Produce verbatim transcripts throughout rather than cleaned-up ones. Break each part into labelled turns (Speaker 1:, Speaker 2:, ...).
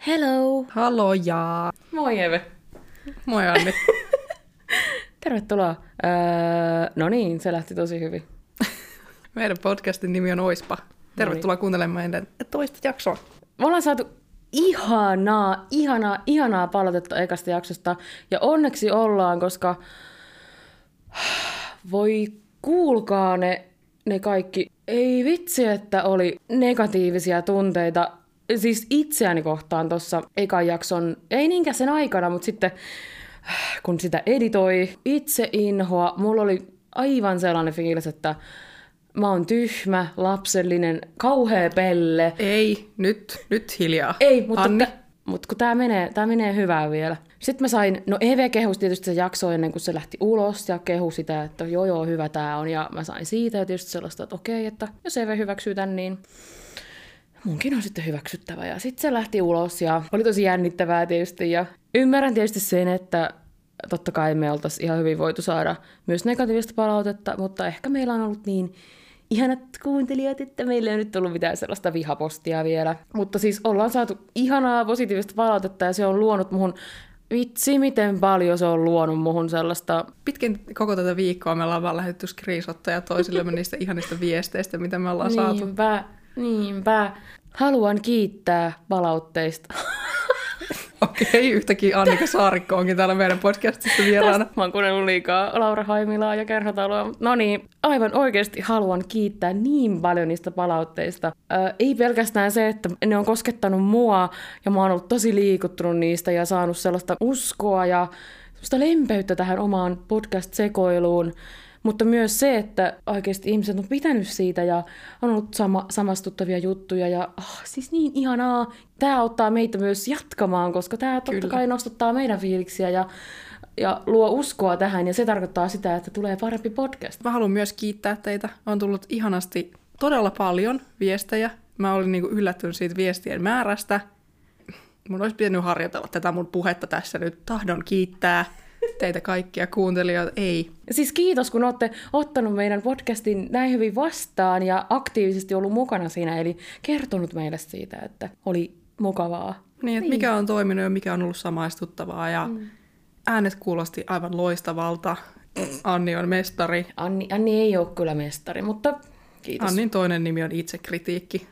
Speaker 1: Hello!
Speaker 2: Haloja!
Speaker 1: Moi Eve!
Speaker 2: Moi Anni!
Speaker 1: Tervetuloa. Öö, no niin, se lähti tosi hyvin.
Speaker 2: Meidän podcastin nimi on Oispa. Tervetuloa Noniin. kuuntelemaan meidän toista jaksoa.
Speaker 1: Me ollaan saatu ihanaa, ihanaa, ihanaa palautetta ekasta jaksosta. Ja onneksi ollaan, koska voi kuulkaa ne, ne kaikki. Ei vitsi, että oli negatiivisia tunteita. Siis itseäni kohtaan tuossa ekan jakson, ei niinkään sen aikana, mutta sitten kun sitä editoi, itse inhoa, mulla oli aivan sellainen fiilis, että mä oon tyhmä, lapsellinen, kauhea pelle.
Speaker 2: Ei, nyt, nyt hiljaa.
Speaker 1: Ei, mutta,
Speaker 2: Anni.
Speaker 1: t- mutta kun tää menee, tää menee hyvää vielä. Sitten mä sain, no Eve kehusi tietysti se jakso ennen kuin se lähti ulos ja kehu sitä, että joo joo, hyvä tää on. Ja mä sain siitä ja tietysti sellaista, että okei, että jos Eve hyväksyy tän, niin munkin on sitten hyväksyttävä. Ja sitten se lähti ulos ja oli tosi jännittävää tietysti. Ja ymmärrän tietysti sen, että totta kai me oltaisiin ihan hyvin voitu saada myös negatiivista palautetta, mutta ehkä meillä on ollut niin ihanat kuuntelijat, että meillä ei nyt ollut mitään sellaista vihapostia vielä. Mutta siis ollaan saatu ihanaa positiivista palautetta ja se on luonut muhun, vitsi miten paljon se on luonut muhun sellaista.
Speaker 2: Pitkin koko tätä viikkoa me ollaan vaan lähdetty screenshotteja toisillemme niistä ihanista viesteistä, mitä me ollaan saatu.
Speaker 1: Niinpä, niinpä. Haluan kiittää palautteista.
Speaker 2: Okei, yhtäkkiä Annika Saarikko onkin täällä meidän podcastissa vieraana.
Speaker 1: Mä oon kuunnellut liikaa Laura Haimilaa ja Kerhotaloa. No niin, aivan oikeasti haluan kiittää niin paljon niistä palautteista. Ö, ei pelkästään se, että ne on koskettanut mua ja mä oon ollut tosi liikuttunut niistä ja saanut sellaista uskoa ja sellaista lempeyttä tähän omaan podcast-sekoiluun. Mutta myös se, että oikeasti ihmiset on pitänyt siitä ja on ollut sama, samastuttavia juttuja ja oh, siis niin ihanaa. Tämä auttaa meitä myös jatkamaan, koska tämä totta
Speaker 2: Kyllä.
Speaker 1: kai nostattaa meidän fiiliksiä ja, ja luo uskoa tähän ja se tarkoittaa sitä, että tulee parempi podcast.
Speaker 2: Mä haluan myös kiittää teitä. On tullut ihanasti todella paljon viestejä. Mä olin niinku yllättynyt siitä viestien määrästä. Mun olisi pitänyt harjoitella tätä mun puhetta tässä nyt. Tahdon kiittää teitä kaikkia kuuntelijoita. Ei.
Speaker 1: Siis kiitos, kun olette ottanut meidän podcastin näin hyvin vastaan ja aktiivisesti ollut mukana siinä, eli kertonut meille siitä, että oli mukavaa.
Speaker 2: Niin, että mikä on toiminut ja mikä on ollut samaistuttavaa ja mm. äänet kuulosti aivan loistavalta. Anni on mestari.
Speaker 1: Anni, Anni ei ole kyllä mestari, mutta kiitos.
Speaker 2: Annin toinen nimi on itsekritiikki.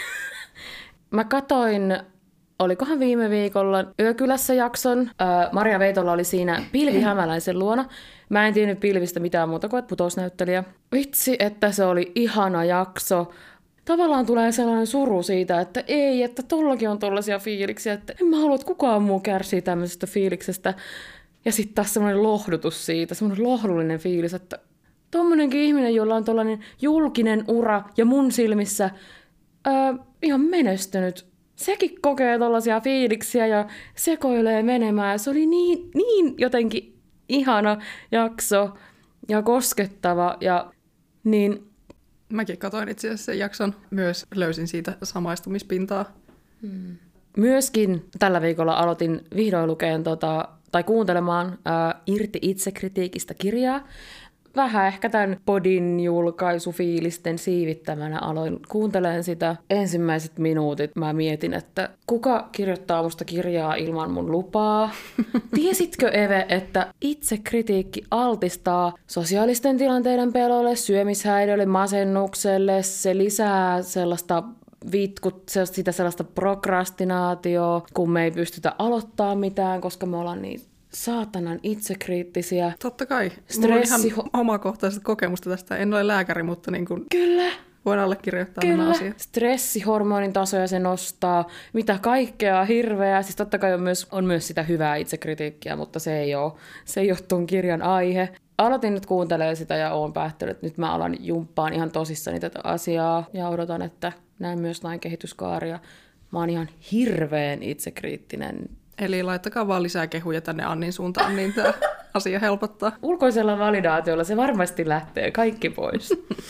Speaker 1: Mä katoin, olikohan viime viikolla Yökylässä jakson. Ää, Maria Veitola oli siinä Pilvi Hämäläisen luona. Mä en tiennyt Pilvistä mitään muuta kuin putousnäyttelijä. Vitsi, että se oli ihana jakso. Tavallaan tulee sellainen suru siitä, että ei, että tollakin on tollaisia fiiliksiä, että en mä halua, että kukaan muu kärsii tämmöisestä fiiliksestä. Ja sitten taas semmoinen lohdutus siitä, semmoinen lohdullinen fiilis, että tommonenkin ihminen, jolla on tollainen julkinen ura ja mun silmissä ää, ihan menestynyt, sekin kokee tollaisia fiiliksiä ja sekoilee menemään. Se oli niin, niin jotenkin ihana jakso ja koskettava ja niin.
Speaker 2: Mäkin katsoin itse asiassa sen jakson. Myös löysin siitä samaistumispintaa.
Speaker 1: Hmm. Myöskin tällä viikolla aloitin vihdoin lukeen tota, tai kuuntelemaan ää, Irti itsekritiikistä kirjaa. Vähän ehkä tämän podin julkaisufiilisten siivittämänä aloin kuuntelemaan sitä. Ensimmäiset minuutit mä mietin, että kuka kirjoittaa musta kirjaa ilman mun lupaa? Tiesitkö Eve, että itsekritiikki altistaa sosiaalisten tilanteiden pelolle, syömishäiriölle, masennukselle, se lisää sellaista vitkut, sitä sellaista prokrastinaatioa, kun me ei pystytä aloittaa mitään, koska me ollaan niin saatanan itsekriittisiä.
Speaker 2: Totta kai.
Speaker 1: Stressi...
Speaker 2: Mulla on ihan omakohtaista kokemusta tästä. En ole lääkäri, mutta niin kuin
Speaker 1: Kyllä.
Speaker 2: voin allekirjoittaa
Speaker 1: Kyllä.
Speaker 2: nämä asiat.
Speaker 1: Stressihormonin tasoja se nostaa. Mitä kaikkea hirveää. Siis totta kai on myös, on myös sitä hyvää itsekritiikkiä, mutta se ei ole, se ei ole ton kirjan aihe. Aloitin nyt kuuntelemaan sitä ja oon päättänyt, että nyt mä alan jumppaan ihan tosissani tätä asiaa ja odotan, että näin myös näin kehityskaaria. Mä oon ihan hirveän itsekriittinen.
Speaker 2: Eli laittakaa vaan lisää kehuja tänne Annin suuntaan, niin tämä asia helpottaa.
Speaker 1: Ulkoisella validaatiolla se varmasti lähtee kaikki pois.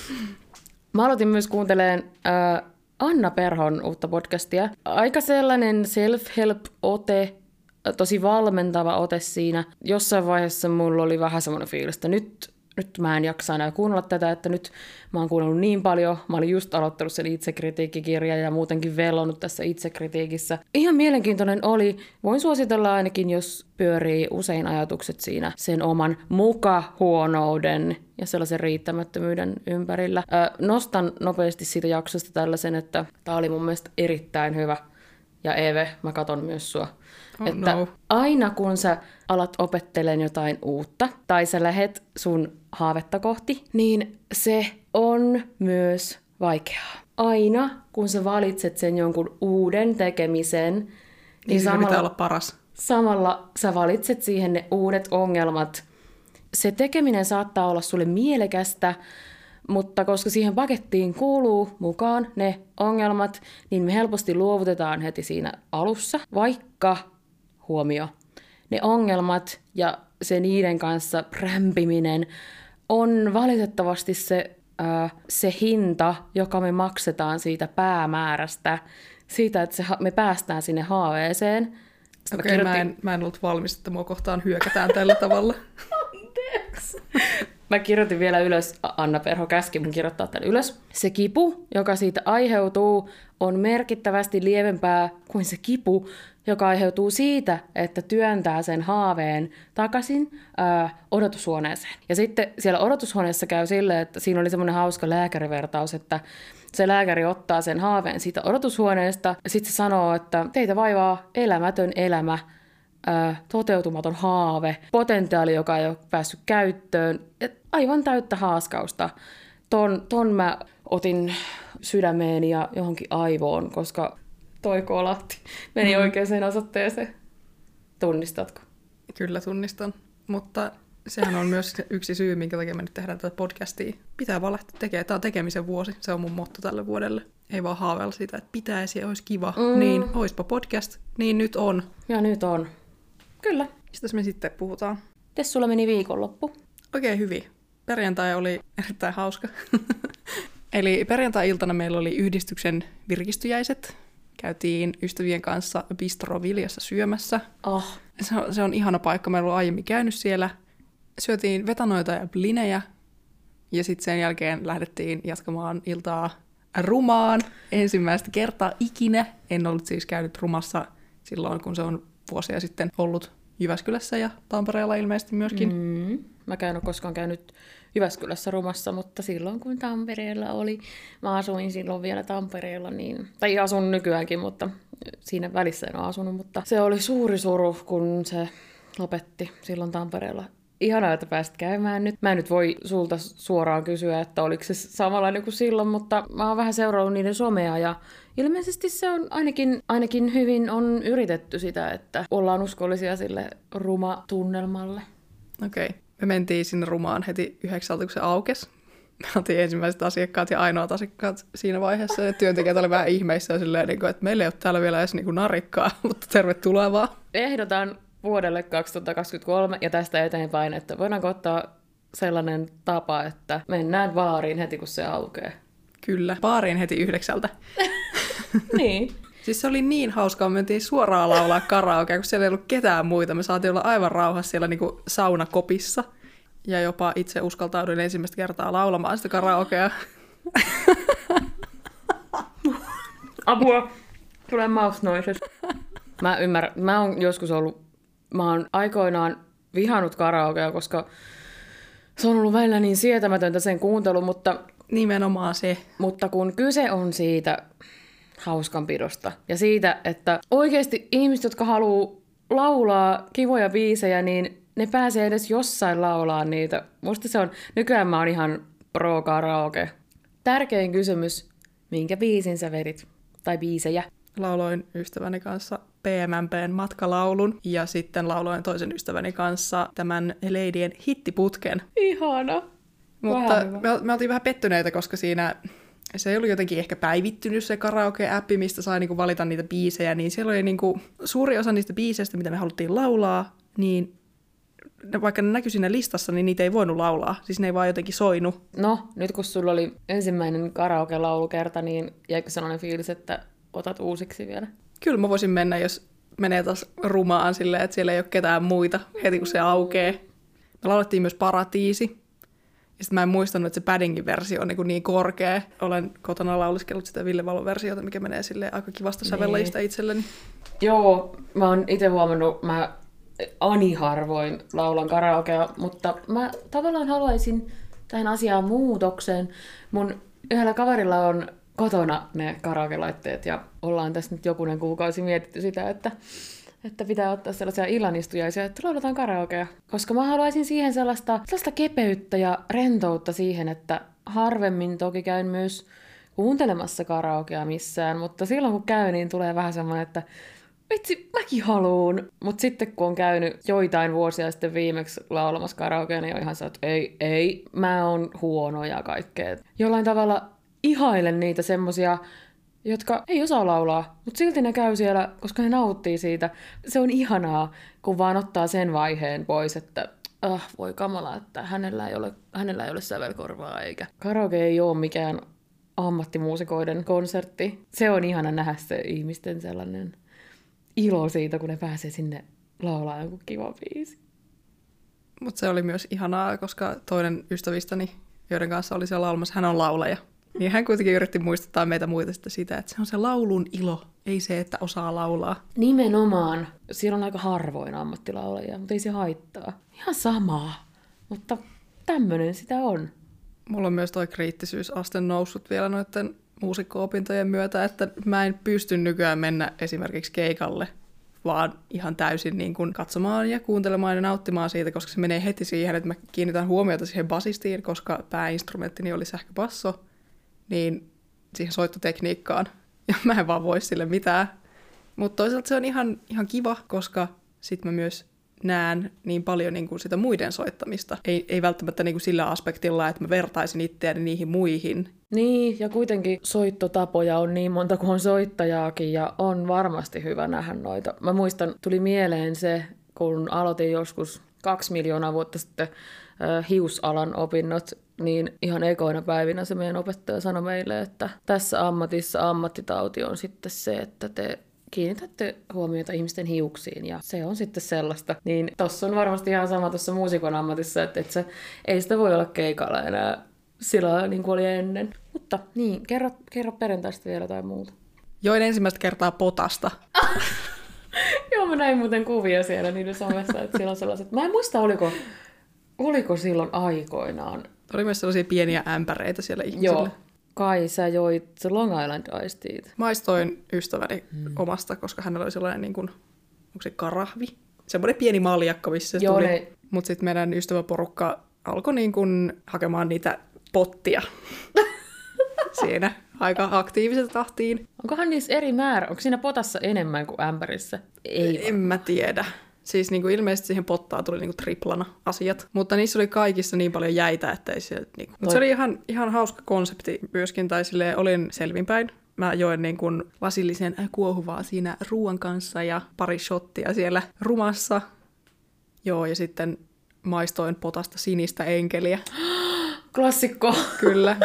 Speaker 1: Mä aloitin myös kuuntelemaan äh, Anna Perhon uutta podcastia. Aika sellainen self-help-ote, tosi valmentava ote siinä. Jossain vaiheessa mulla oli vähän semmoinen fiilis, että nyt nyt mä en jaksa enää kuunnella tätä, että nyt mä oon kuunnellut niin paljon. Mä olin just aloittanut sen itsekritiikkikirjan ja muutenkin vellonut tässä itsekritiikissä. Ihan mielenkiintoinen oli. Voin suositella ainakin, jos pyörii usein ajatukset siinä sen oman muka-huonouden ja sellaisen riittämättömyyden ympärillä. Ö, nostan nopeasti siitä jaksosta tällaisen, että tää oli mun mielestä erittäin hyvä. Ja Eve, mä katon myös sua.
Speaker 2: Oh,
Speaker 1: että
Speaker 2: no.
Speaker 1: aina kun sä alat opettelemaan jotain uutta, tai sä lähet sun haavetta kohti, niin se on myös vaikeaa. Aina kun sä valitset sen jonkun uuden tekemisen, niin,
Speaker 2: niin
Speaker 1: samalla,
Speaker 2: pitää olla paras.
Speaker 1: Samalla sä valitset siihen ne uudet ongelmat. Se tekeminen saattaa olla sulle mielekästä, mutta koska siihen pakettiin kuuluu mukaan ne ongelmat, niin me helposti luovutetaan heti siinä alussa, vaikka, huomio, ne ongelmat ja se niiden kanssa rämpiminen on valitettavasti se, äh, se hinta, joka me maksetaan siitä päämäärästä, siitä, että se, me päästään sinne haaveeseen.
Speaker 2: Okei, okay, kirjoitin... mä, en, mä en ollut valmis, että mua kohtaan hyökätään tällä tavalla.
Speaker 1: Anteeksi. Mä kirjoitin vielä ylös, Anna Perho käski mun kirjoittaa tämän ylös. Se kipu, joka siitä aiheutuu, on merkittävästi lievempää kuin se kipu, joka aiheutuu siitä, että työntää sen haaveen takaisin ää, odotushuoneeseen. Ja sitten siellä odotushuoneessa käy silleen, että siinä oli semmoinen hauska lääkärivertaus, että se lääkäri ottaa sen haaveen siitä odotushuoneesta ja sitten se sanoo, että teitä vaivaa elämätön elämä, ää, toteutumaton haave, potentiaali, joka ei ole päässyt käyttöön. Et aivan täyttä haaskausta. Ton, ton mä otin sydämeeni ja johonkin aivoon, koska toi kolahti. Meni mm. oikeaan osoitteeseen. Tunnistatko?
Speaker 2: Kyllä tunnistan, mutta sehän on myös yksi syy, minkä takia me nyt tehdään tätä podcastia. Pitää vaan lähteä tekemään. Tämä on tekemisen vuosi. Se on mun motto tälle vuodelle. Ei vaan haaveilla sitä, että pitäisi ja olisi kiva. Mm. Niin, oispa podcast. Niin nyt on.
Speaker 1: Ja nyt on. Kyllä.
Speaker 2: Mistäs me sitten puhutaan?
Speaker 1: Mites sulla meni viikonloppu?
Speaker 2: Oikein hyvin. Perjantai oli erittäin hauska. Eli perjantai-iltana meillä oli yhdistyksen virkistyjäiset. Käytiin ystävien kanssa Bistro Viljassa syömässä.
Speaker 1: Oh.
Speaker 2: Se on, se on ihana paikka. Meillä on aiemmin käynyt siellä. Syötiin vetanoita ja blinejä. Ja sitten sen jälkeen lähdettiin jatkamaan iltaa Rumaan ensimmäistä kertaa ikinä. En ollut siis käynyt Rumassa silloin, kun se on vuosia sitten ollut Jyväskylässä ja Tampereella ilmeisesti myöskin.
Speaker 1: Mm. Mä en ole koskaan käynyt Jyväskylässä Rumassa, mutta silloin kun Tampereella oli, mä asuin silloin vielä Tampereella, niin, tai asun nykyäänkin, mutta siinä välissä en ole asunut, mutta se oli suuri suru, kun se lopetti silloin Tampereella. Ihanaa, että pääsit käymään nyt. Mä en nyt voi sulta suoraan kysyä, että oliko se samanlainen kuin silloin, mutta mä oon vähän seurannut niiden somea ja ilmeisesti se on ainakin, ainakin hyvin on yritetty sitä, että ollaan uskollisia sille Ruma-tunnelmalle.
Speaker 2: Okei. Okay. Me mentiin sinne Rumaan heti yhdeksältä, kun se aukesi. Me oltiin ensimmäiset asiakkaat ja ainoat asiakkaat siinä vaiheessa. Ja työntekijät oli vähän ihmeissä ja silleen, että meillä ei ole täällä vielä edes niin kuin narikkaa, mutta tervetuloa vaan.
Speaker 1: Ehdotan vuodelle kaksituhattakaksikymmentäkolme ja tästä eteenpäin, että voidaanko ottaa sellainen tapa, että mennään baariin heti, kun se aukeaa.
Speaker 2: Kyllä, baariin heti yhdeksältä.
Speaker 1: Niin.
Speaker 2: Siis se oli niin hauskaa, me mentiin suoraan laulaa karaokea, kun siellä ei ollut ketään muita. Me saatiin olla aivan rauhassa siellä niin kuin saunakopissa. Ja jopa itse uskaltauduin ensimmäistä kertaa laulamaan sitä karaokea.
Speaker 1: Apua! Tulee mausnoiset. Mä ymmärrän. Mä oon joskus ollut, mä oon aikoinaan vihannut karaokea, koska se on ollut välillä niin sietämätöntä sen kuuntelu, mutta...
Speaker 2: Nimenomaan se.
Speaker 1: Mutta kun kyse on siitä hauskanpidosta ja siitä, että oikeasti ihmiset, jotka haluaa laulaa kivoja biisejä, niin ne pääsee edes jossain laulaa niitä. Musta se on, nykyään mä oon ihan pro karaoke. Tärkein kysymys, minkä biisin sä vedit? Tai biisejä?
Speaker 2: Lauloin ystäväni kanssa P M P:n matkalaulun ja sitten lauloin toisen ystäväni kanssa tämän Leidien hittiputken.
Speaker 1: Ihana.
Speaker 2: Mutta me, me oltiin vähän pettyneitä, koska siinä se ei ollut jotenkin ehkä päivittynyt se karaoke-appi, mistä sai niinku valita niitä biisejä, niin siellä oli niinku suuri osa niistä biiseistä, mitä me haluttiin laulaa, niin vaikka ne näkyi siinä listassa, niin niitä ei voinut laulaa. Siis ne ei vaan jotenkin soinut.
Speaker 1: No, nyt kun sulla oli ensimmäinen karaoke-laulukerta, niin jäikö sellainen fiilis, että otat uusiksi vielä?
Speaker 2: Kyllä mä voisin mennä, jos menee taas Rumaan silleen, että siellä ei ole ketään muita heti kun se aukee. Me laulettiin myös Paratiisi. Ja sitten mä en muistanut, että se paddingin versio on niin, niin korkea. Olen kotona lauliskellut sitä Ville Valon versiota, mikä menee silleen aika kivasta sävellajista itselleni.
Speaker 1: Joo, mä oon itse huomannut, mä ani harvoin laulan karaokea, mutta mä tavallaan haluaisin tähän asiaan muutoksen. Mun yhdellä kaverilla on kotona ne karaoke-laitteet ja ollaan tässä nyt jokunen kuukausi mietitty sitä, että, että pitää ottaa sellaisia illanistujaisia, että lauletaan karaokea. Koska mä haluaisin siihen sellaista, sellaista kepeyttä ja rentoutta siihen, että harvemmin toki käyn myös kuuntelemassa karaokea missään, mutta silloin kun käy, niin tulee vähän semmoinen, että vitsi, mäkin haluun. Mutta sitten kun on käynyt joitain vuosia sitten viimeksi laulamassa karaokea, niin on ihan se, että ei, ei, mä oon huono ja kaikkea. Jollain tavalla ihailen niitä semmosia, jotka ei osaa laulaa, mutta silti ne käy siellä, koska ne nauttii siitä. Se on ihanaa, kun vaan ottaa sen vaiheen pois, että ah, voi kamala, että hänellä ei ole, hänellä ei ole sävelkorvaa eikä. Karaoke ei ole mikään ammattimuusikoiden konsertti. Se on ihana nähdä se ihmisten sellainen ilo siitä, kun ne pääsee sinne laulaa joku kiva biisi.
Speaker 2: Mutta se oli myös ihanaa, koska toinen ystävistäni, joiden kanssa oli siellä laulamassa, hän on laulaja. Niin hän kuitenkin yritti muistuttaa meitä muita sitä, että se on se laulun ilo, ei se, että osaa laulaa.
Speaker 1: Nimenomaan. Siellä on aika harvoin ammattilaulajia, mutta ei se haittaa. Ihan samaa, mutta tämmöinen sitä on.
Speaker 2: Mulla on myös toi kriittisyysaste noussut vielä noiden muusikko-opintojen myötä, että mä en pysty nykyään mennä esimerkiksi keikalle, vaan ihan täysin niin kuin katsomaan ja kuuntelemaan ja nauttimaan siitä, koska se menee heti siihen, että mä kiinnitän huomiota siihen basistiin, koska pääinstrumenttini oli sähköbasso, niin siihen soittotekniikkaan, ja mä en vaan voi sille mitään. Mutta toisaalta se on ihan, ihan kiva, koska sit mä myös näen niin paljon niin kuin sitä muiden soittamista. Ei, ei välttämättä niin kuin sillä aspektilla, että mä vertaisin itseäni niihin muihin.
Speaker 1: Niin, ja kuitenkin soittotapoja on niin monta kuin on soittajaakin, ja on varmasti hyvä nähdä noita. Mä muistan, tuli mieleen se, kun aloitin joskus kaksi miljoonaa vuotta sitten äh, hiusalan opinnot, niin ihan ekoina päivinä se meidän opettaja sanoi meille, että tässä ammatissa ammattitauti on sitten se, että te kiinnitätte huomiota ihmisten hiuksiin, ja se on sitten sellaista. Niin tossa on varmasti ihan sama tuossa muusikon ammatissa, että et se, ei sitä voi olla keikalla enää sillä niin kuin oli ennen. Mutta niin, kerro, kerro perjantaista vielä tai muuta.
Speaker 2: Join ensimmäistä kertaa potasta.
Speaker 1: Joo, mä näin muuten kuvia siellä niiden somessa, että siellä on sellaiset. Mä en muista, oliko, oliko silloin aikoinaan.
Speaker 2: Oli myös sellaisia pieniä ämpäreitä siellä ihmisille.
Speaker 1: Joo. Kai sä joit se Long Island Iced Teat.
Speaker 2: Maistoin ystäväni mm. omasta, koska hänellä oli sellainen, niin kuin, onko se karahvi? Semmoinen pieni maljakka, missä se Joo, tuli. Ne... Mutta sitten meidän ystäväporukka alkoi niin kuin hakemaan niitä pottia siinä aika aktiivisesti tahtiin.
Speaker 1: Onkohan niissä eri määrä? Onko siinä potassa enemmän kuin ämpärissä? Ei
Speaker 2: en mä tiedä. Siis niin kuin ilmeisesti siihen pottaan tuli niin kuin triplana asiat. Mutta niissä oli kaikissa niin paljon jäitä, että ei se... Niin kuin... Mutta se oli ihan, ihan hauska konsepti myöskin. Tai silleen olin selvinpäin. Mä join niin kuin lasillisen kuohuvaa siinä ruoan kanssa ja pari shottia siellä rumassa. Joo, ja sitten maistoin potasta sinistä enkeliä.
Speaker 1: Klassikko.
Speaker 2: Kyllä.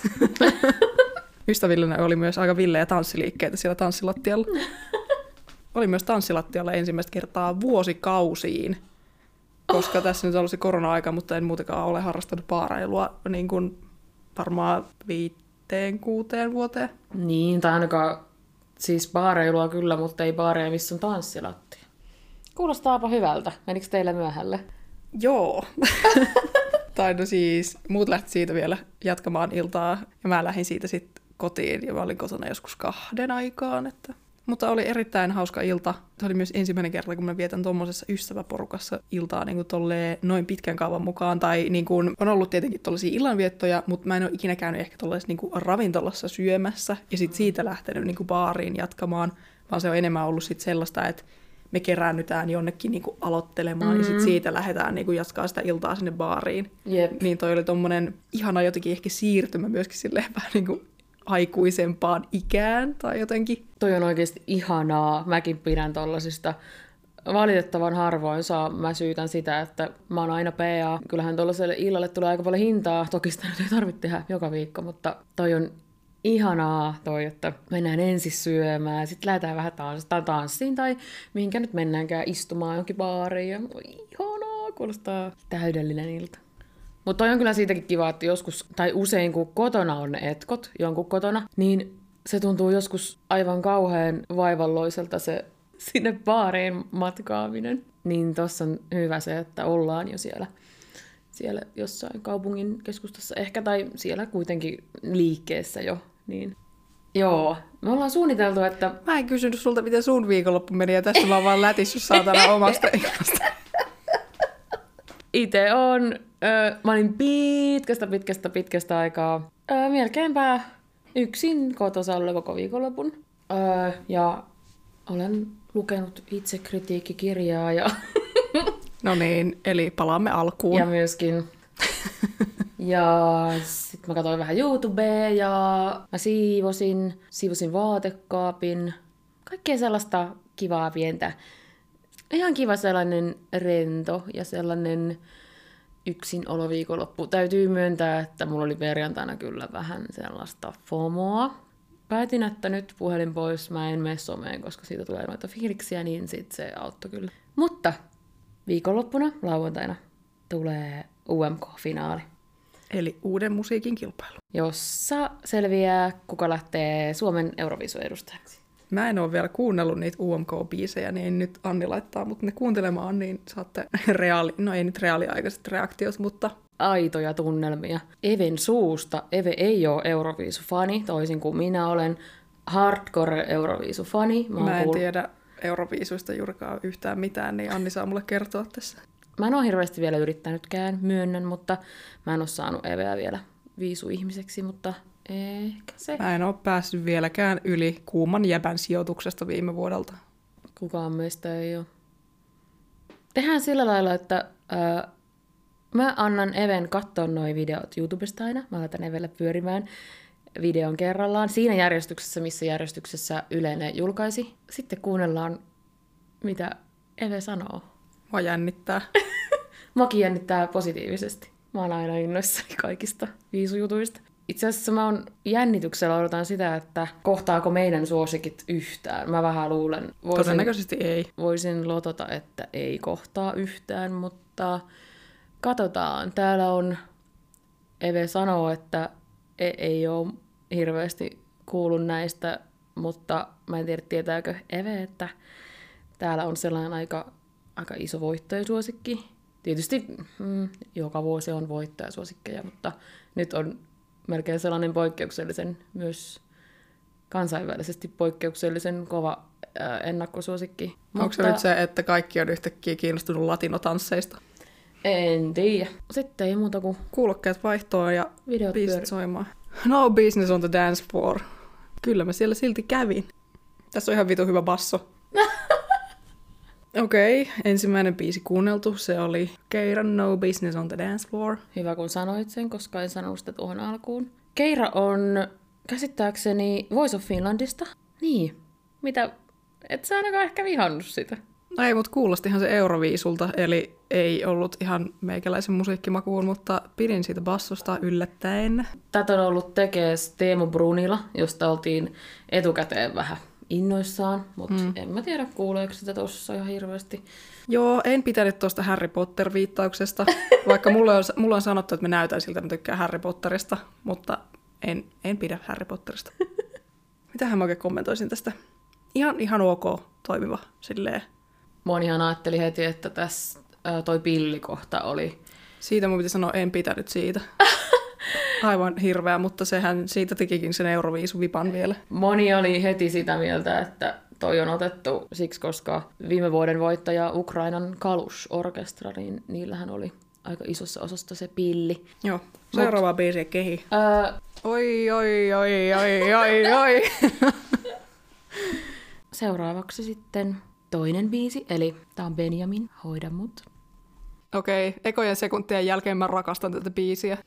Speaker 2: Ystävillä oli myös aika villejä tanssiliikkeitä siellä tanssilattialla. Oli myös tanssilattialla ensimmäistä kertaa vuosikausiin, koska oh. tässä nyt on ollut se korona-aika, mutta en muutenkaan ole harrastanut baarailua niin kuin varmaan viiteen, kuuteen vuoteen.
Speaker 1: Niin, tai ainakaan siis baareilua kyllä, mutta ei baareja, missä on tanssilattia. Kuulostaapa hyvältä. Menikö teille myöhälle?
Speaker 2: Joo. Tai no siis, muut lähti siitä vielä jatkamaan iltaa, ja mä lähdin siitä sitten kotiin, ja mä olin kotona joskus kahden aikaan, että... Mutta oli erittäin hauska ilta. Se oli myös ensimmäinen kerta, kun mä vietän tuommoisessa ystäväporukassa iltaa niin kuin tolleen noin pitkän kaavan mukaan. Tai niin kuin, on ollut tietenkin tollaisia illanviettoja, mutta mä en ole ikinä käynyt ehkä tollaisessa niin kuin ravintolassa syömässä ja sit siitä lähtenyt niin kuin baariin jatkamaan, vaan se on enemmän ollut sit sellaista, että me keräännytään jonnekin niin kuin aloittelemaan mm-hmm. ja sit siitä lähdetään niin kuin jatkaa sitä iltaa sinne baariin.
Speaker 1: Yep.
Speaker 2: Niin toi oli tommonen ihana jotenkin ehkä siirtymä myöskin silleen vähän niin kuin aikuisempaan ikään tai jotenkin.
Speaker 1: Toi on oikeasti ihanaa. Mäkin pidän tollasista. Valitettavan harvoin saa. Mä syytän sitä, että mä oon aina P A. Kyllähän tollaselle illalle tulee aika paljon hintaa. Toki sitä nyt ei tarvitse tehdä joka viikko, mutta toi on ihanaa toi, että mennään ensin syömään, sitten lähdetään vähän tanssiin, tanssiin tai mihinkä nyt mennäänkään istumaan jonkin baariin. Ja ihanaa, kuulostaa täydellinen ilta. Mutta toi on kyllä siitäkin kiva, että joskus, tai usein kun kotona on ne etkot, jonkun kotona, niin se tuntuu joskus aivan kauhean vaivalloiselta se sinne baariin matkaaminen. Niin tossa on hyvä se, että ollaan jo siellä, siellä jossain kaupungin keskustassa ehkä, tai siellä kuitenkin liikkeessä jo. Niin. Joo, me ollaan suunniteltu, että...
Speaker 2: Mä en kysynyt sulta, miten sun viikonloppu meni, ja tässä mä oon vaan lätissyt saatana omasta ikasta.
Speaker 1: Itse on, ö, mä olin pitkästä, pitkästä, pitkästä aikaa ö, melkeinpä yksin kotosalla koko viikonlopun. Ö, ja olen lukenut itse kritiikkikirjaa ja...
Speaker 2: No niin, eli palaamme alkuun.
Speaker 1: Ja myöskin... Ja sitten mä katsoin vähän YouTubea ja mä siivosin, siivosin vaatekaapin. Kaikkea sellaista kivaa pientä. Ihan kiva sellainen rento ja sellainen yksin oloviikonloppu. Täytyy myöntää, että mulla oli perjantaina kyllä vähän sellaista FOMOa. Päätin, että nyt puhelin pois, mä en mene someen, koska siitä tulee noita fiiliksiä, niin sit se auttoi kyllä. Mutta viikonloppuna, lauantaina, tulee U M K-finaali.
Speaker 2: Eli uuden musiikin kilpailu.
Speaker 1: Jossa selviää, kuka lähtee Suomen Euroviisun edustajaksi.
Speaker 2: Mä en ole vielä kuunnellut niitä U M K-biisejä, niin ei nyt Anni laittaa mut ne kuuntelemaan, niin saatte reaali, no ei nyt reaaliaikaiset reaktiot, mutta...
Speaker 1: Aitoja tunnelmia. Even suusta. Eve ei ole Euroviisu-fani, toisin kuin minä olen hardcore Euroviisu-fani. Mä,
Speaker 2: Mä en
Speaker 1: kuul...
Speaker 2: tiedä Euroviisuista juurikaan yhtään mitään, niin Anni saa mulle kertoa tässä.
Speaker 1: Mä en ole hirveästi vielä yrittänytkään, myönnän, mutta mä en ole saanut Eveä vielä viisu-ihmiseksi, mutta ehkä se.
Speaker 2: Mä en ole päässyt vieläkään yli kuuman jäbän sijoituksesta viime vuodelta.
Speaker 1: Kukaan meistä ei ole. Tehdään sillä lailla, että ää, mä annan Even katsoa noi videot YouTubesta aina. Mä laitan Evelle pyörimään videon kerrallaan siinä järjestyksessä, missä järjestyksessä Yle ne julkaisi. Sitten kuunnellaan, mitä Eve sanoo.
Speaker 2: Mua jännittää.
Speaker 1: Muakin jännittää positiivisesti. Mä oon aina innoissani kaikista viisujutuista. Itse asiassa mä oon jännityksellä odotan sitä, että kohtaako meidän suosikit yhtään. Mä vähän luulen. Voisin,
Speaker 2: Todennäköisesti ei.
Speaker 1: Voisin lotota, että ei kohtaa yhtään, mutta katsotaan. Täällä on, Eve sanoo, että ei, ei ole hirveästi kuullut näistä, mutta mä en tiedä tietääkö Eve, että täällä on sellainen aika, aika iso voittajasuosikki. Tietysti mm, joka vuosi on voittajasuosikkeja, mutta nyt on melkein sellainen poikkeuksellisen, myös kansainvälisesti poikkeuksellisen kova ää, ennakkosuosikki.
Speaker 2: Onko
Speaker 1: mutta
Speaker 2: se nyt se, että kaikki on yhtäkkiä kiinnostunut latinotansseista?
Speaker 1: En tiedä. Sitten ei muuta kuin
Speaker 2: Kuulokkeet vaihtoon ja
Speaker 1: videot
Speaker 2: biisit
Speaker 1: pyörii.
Speaker 2: soimaan. No business on the dance floor. Kyllä mä siellä silti kävin. Tässä on ihan vitu hyvä basso. Okei, okay, ensimmäinen biisi kuunneltu, se oli Keiran No Business on the Dance Floor.
Speaker 1: Hyvä, kun sanoit sen, koska en sanonut sitä tuohon alkuun. Keira on käsittääkseni Voice of Finlandista. Niin. Mitä? Et sä ainakaan ehkä vihannut sitä.
Speaker 2: No ei, mutta kuulostihan se Euroviisulta, eli ei ollut ihan meikäläisen musiikkimakuun, mutta pidin siitä bassosta yllättäen.
Speaker 1: Tätä on ollut tekees Teemu Brunila, josta oltiin etukäteen vähän innoissaan, mutta mm. en mä tiedä, kuuleeko sitä tuossa ihan hirveästi.
Speaker 2: Joo, en pitänyt tuosta Harry Potter-viittauksesta, vaikka mulle on, mulle on sanottu, että mä näytän siltä, että mä tykkään Harry Potterista, mutta en, en pidä Harry Potterista. Mitähän mä oikein kommentoisin tästä? Ihan, ihan ok, toimiva, silleen.
Speaker 1: Monihan ajatteli heti, että tässä ää, toi pillikohta oli.
Speaker 2: Siitä mun piti sanoa, en pitänyt siitä. Aivan hirveä, mutta sehän siitä tekikin sen Euroviisu-vipan vielä.
Speaker 1: Moni oli heti sitä mieltä, että toi on otettu siksi, koska viime vuoden voittaja Ukrainan Kalush-orkestra, niin niillähän oli aika isossa osassa se pilli.
Speaker 2: Joo, seuraava Mut, biisi kehi.
Speaker 1: Ää,
Speaker 2: oi, oi, oi, oi, oi, oi.
Speaker 1: Seuraavaksi sitten toinen biisi, eli tää on Benjamin, Hoida mut.
Speaker 2: Okei, okay, ekojen sekuntien jälkeen mä rakastan tätä biisiä.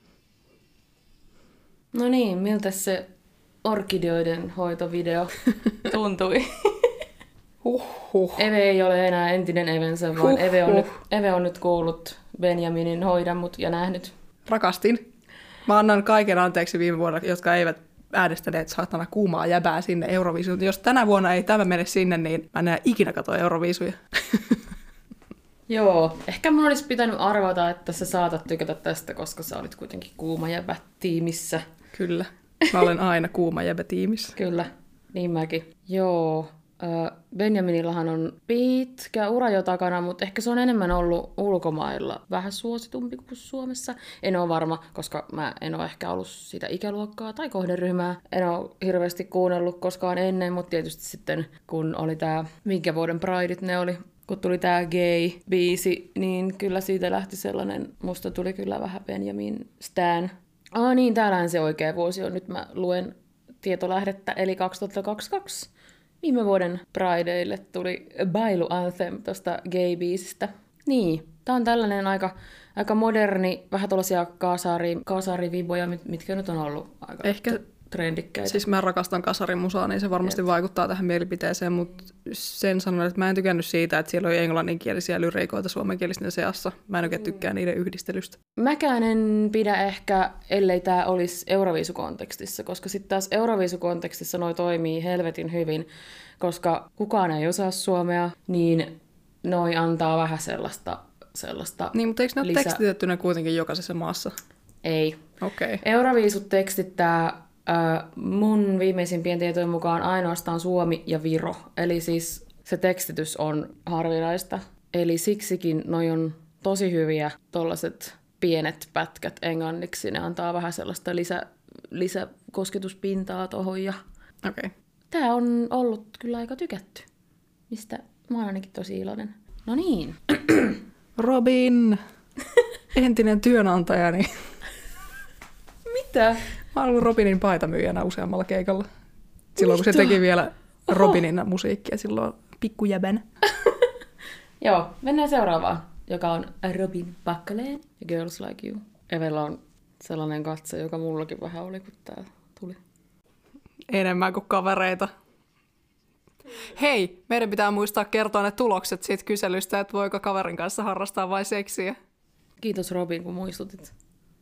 Speaker 1: No niin, miltä se orkideoiden hoitovideo tuntui?
Speaker 2: Huhhuh.
Speaker 1: Eve ei ole enää entinen Evensä, vaan
Speaker 2: Huhhuh.
Speaker 1: Eve on, nyt, Eve on nyt kuullut Benjaminin Hoida mut ja nähnyt.
Speaker 2: Rakastin. Mä annan kaiken anteeksi viime vuonna, jotka eivät äänestäneet saatana kuumaa jäbää sinne Euroviisuun. Jos tänä vuonna ei tämä mene sinne, niin mä en enää ikinä katso Euroviisuja.
Speaker 1: Joo, ehkä mun olisi pitänyt arvata, että sä saatat tykätä tästä, koska sä olit kuitenkin kuuma jäbä tiimissä.
Speaker 2: Kyllä. Mä olen aina kuuma jäbä tiimissä.
Speaker 1: Kyllä, niin mäkin. Joo, Benjaminillahan on pitkä ura jo takana, mutta ehkä se on enemmän ollut ulkomailla vähän suositumpi kuin Suomessa. En ole varma, koska mä en ole ehkä ollut sitä ikäluokkaa tai kohderyhmää. En ole hirveästi kuunnellut koskaan ennen, mutta tietysti sitten kun oli tää, minkä vuoden Prideit ne oli, kun tuli tää gay-biisi, niin kyllä siitä lähti sellainen, musta tuli kyllä vähän Benjamin stan. Ah niin, täällähän se oikea vuosi on. Nyt mä luen tietolähdettä, eli kaksituhattakaksikymmentäkaksi. Viime vuoden Prideille tuli Bailu Anthem tuosta gay-biisistä. Niin, tää on tällainen aika, aika moderni, vähän tuollaisia kasari, kasariviboja, mitkä nyt on ollut aika
Speaker 2: Ehkä,
Speaker 1: trendikkäitä.
Speaker 2: siis mä rakastan kasarimusaa, niin se varmasti Jep. vaikuttaa tähän mielipiteeseen, mutta sen sanon, että mä en tykännyt siitä, että siellä oli englanninkielisiä lyriikoita suomenkielisten seassa. Mä en oikein tykkää niiden yhdistelystä.
Speaker 1: Mäkään en pidä ehkä, ellei tää olisi Euroviisukontekstissa, koska sitten taas Euroviisukontekstissa noi toimii helvetin hyvin, koska kukaan ei osaa suomea, niin noi antaa vähän sellaista, sellaista
Speaker 2: Niin, mutta eikö ne
Speaker 1: lisä...
Speaker 2: ole tekstitettynä kuitenkin jokaisessa maassa?
Speaker 1: Ei.
Speaker 2: Okei. Okay.
Speaker 1: Euroviisut tekstittää äh, mun viimeisimpien tietojen mukaan ainoastaan Suomi ja Viro. Eli siis se tekstitys on harvinaista. Eli siksikin noi on tosi hyviä tollaset pienet pätkät englanniksi. Ne antaa vähän sellaista lisä, lisäkosketuspintaa tohon. Ja...
Speaker 2: Okay.
Speaker 1: Tää on ollut kyllä aika tykätty, mistä mä oon ainakin tosi iloinen. No niin.
Speaker 2: Robin! Entinen työnantajani.
Speaker 1: Mitä?
Speaker 2: Mä oon ollut Robinin paitamyyjänä useammalla keikalla. Silloin Mitä? kun se teki vielä Robinin musiikkia silloin pikkujäbänä.
Speaker 1: Joo, mennään seuraavaan, joka on Robin Packalén ja Girls Like You. Evellä on sellainen katse, joka mullakin vähän oli, kun tää tuli.
Speaker 2: Enemmän kuin kavereita. Hei, meidän pitää muistaa kertoa ne tulokset siitä kyselystä, että voiko kaverin kanssa harrastaa vain seksiä.
Speaker 1: Kiitos Robin, kun muistutit.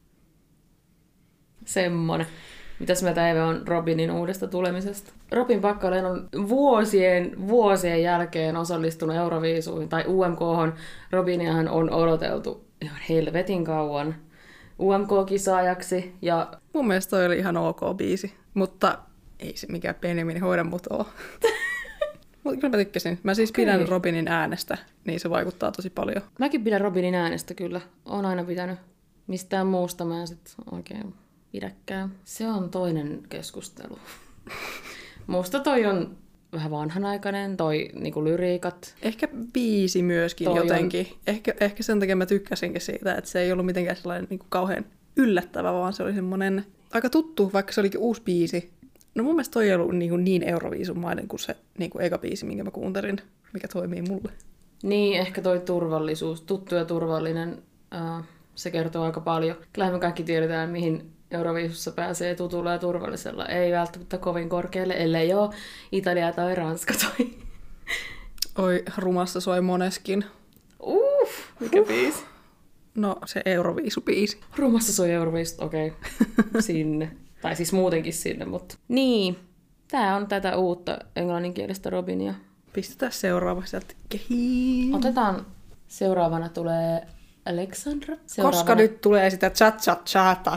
Speaker 1: Semmonen. Mitäs mieltä Eve on Robinin uudesta tulemisesta? Robin Packalén on vuosien, vuosien jälkeen osallistunut Euroviisuihin tai U M K:hon. Robiniahan on odoteltu ihan helvetin kauan U M K-kisaajaksi. Ja...
Speaker 2: Mun mielestä toi oli ihan ok biisi, mutta ei se mikään Benjamin hoida mut oo. Mutta kyllä mä tykkäsin. Mä siis okay. pidän Robinin äänestä, niin se vaikuttaa tosi paljon.
Speaker 1: Mäkin pidän Robinin äänestä kyllä. Oon aina pitänyt. Mistään muusta mä en sit oikein pidäkään. Se on toinen keskustelu. Musta toi on vähän vanhanaikainen, toi niinku lyriikat.
Speaker 2: Ehkä biisi myöskin toi jotenkin. On... Ehkä, ehkä sen takia mä tykkäsinkin siitä, että se ei ollut mitenkään sellainen niinku kauhean yllättävä, vaan se oli semmoinen aika tuttu, vaikka se olikin uusi biisi. No mun mielestä toi ei ollut niin, niin Euroviisumainen kuin se niin kuin eka biisi, minkä mä kuuntelin, mikä toimii mulle.
Speaker 1: Niin, ehkä toi turvallisuus, tuttu ja turvallinen, äh, se kertoo aika paljon. Kyllähän me kaikki tiedetään, mihin Euroviisussa pääsee tutulla ja turvallisella. Ei välttämättä kovin korkealle, ellei ole Italia tai Ranska toi.
Speaker 2: Oi, rumassa soi moneskin.
Speaker 1: Uff, mikä uh. biisi?
Speaker 2: No, se Euroviisu-biisi.
Speaker 1: Rumassa soi Euroviisut, okei. Okay. Sinne. Tai siis muutenkin sinne, mutta... Niin, tää on tätä uutta englanninkielistä Robinia.
Speaker 2: Pistetään seuraava sieltä kehiin.
Speaker 1: Otetaan, seuraavana tulee Alexandra. Seuraavana...
Speaker 2: Koska nyt tulee sitä cha-cha-chata.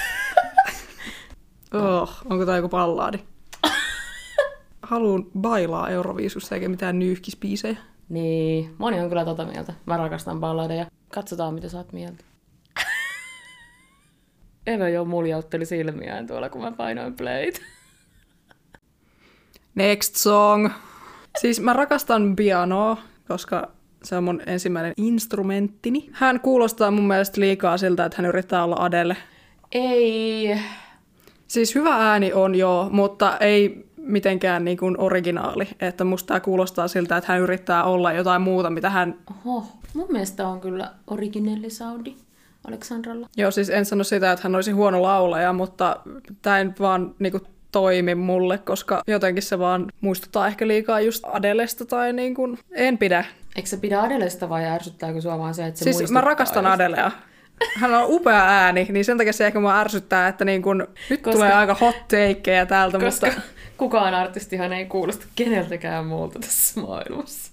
Speaker 2: oh, onko tää joku ballaadi? Haluun bailaa Euroviisussa eikä mitään nyyhkispiisejä.
Speaker 1: Niin, moni on kyllä tota mieltä. Mä rakastan balladeja. Katsotaan, mitä sä oot mieltä. Eve jo muljautteli silmiään tuolla, kun mä painoin playt.
Speaker 2: Next song. Siis mä rakastan pianoa, koska se on mun ensimmäinen instrumenttini. Hän kuulostaa mun mielestä liikaa siltä, että hän yrittää olla Adele.
Speaker 1: Ei.
Speaker 2: Siis hyvä ääni on joo, mutta ei mitenkään niin kuin originaali. Että musta tää kuulostaa siltä, että hän yrittää olla jotain muuta, mitä hän...
Speaker 1: Oho, mun mielestä on kyllä originelli soundi Alexandralla.
Speaker 2: Joo, siis en sano sitä, että hän olisi huono laulaja, mutta tää ei vaan niin kuin toimi mulle, koska jotenkin se vaan muistuttaa ehkä liikaa just Adelesta tai niin kuin... En pidä.
Speaker 1: Eikö se pidä Adelesta vai ärsyttääkö sua vaan se, että se
Speaker 2: siis
Speaker 1: muistuttaa?
Speaker 2: Mä rakastan just Adelea. Hän on upea ääni, niin sen takia se ehkä mua ärsyttää, että niin kun, nyt koska, tulee aika hot takeja täältä.
Speaker 1: Koska
Speaker 2: mutta...
Speaker 1: kukaan artistihan ei kuulosta keneltäkään muulta tässä maailmassa.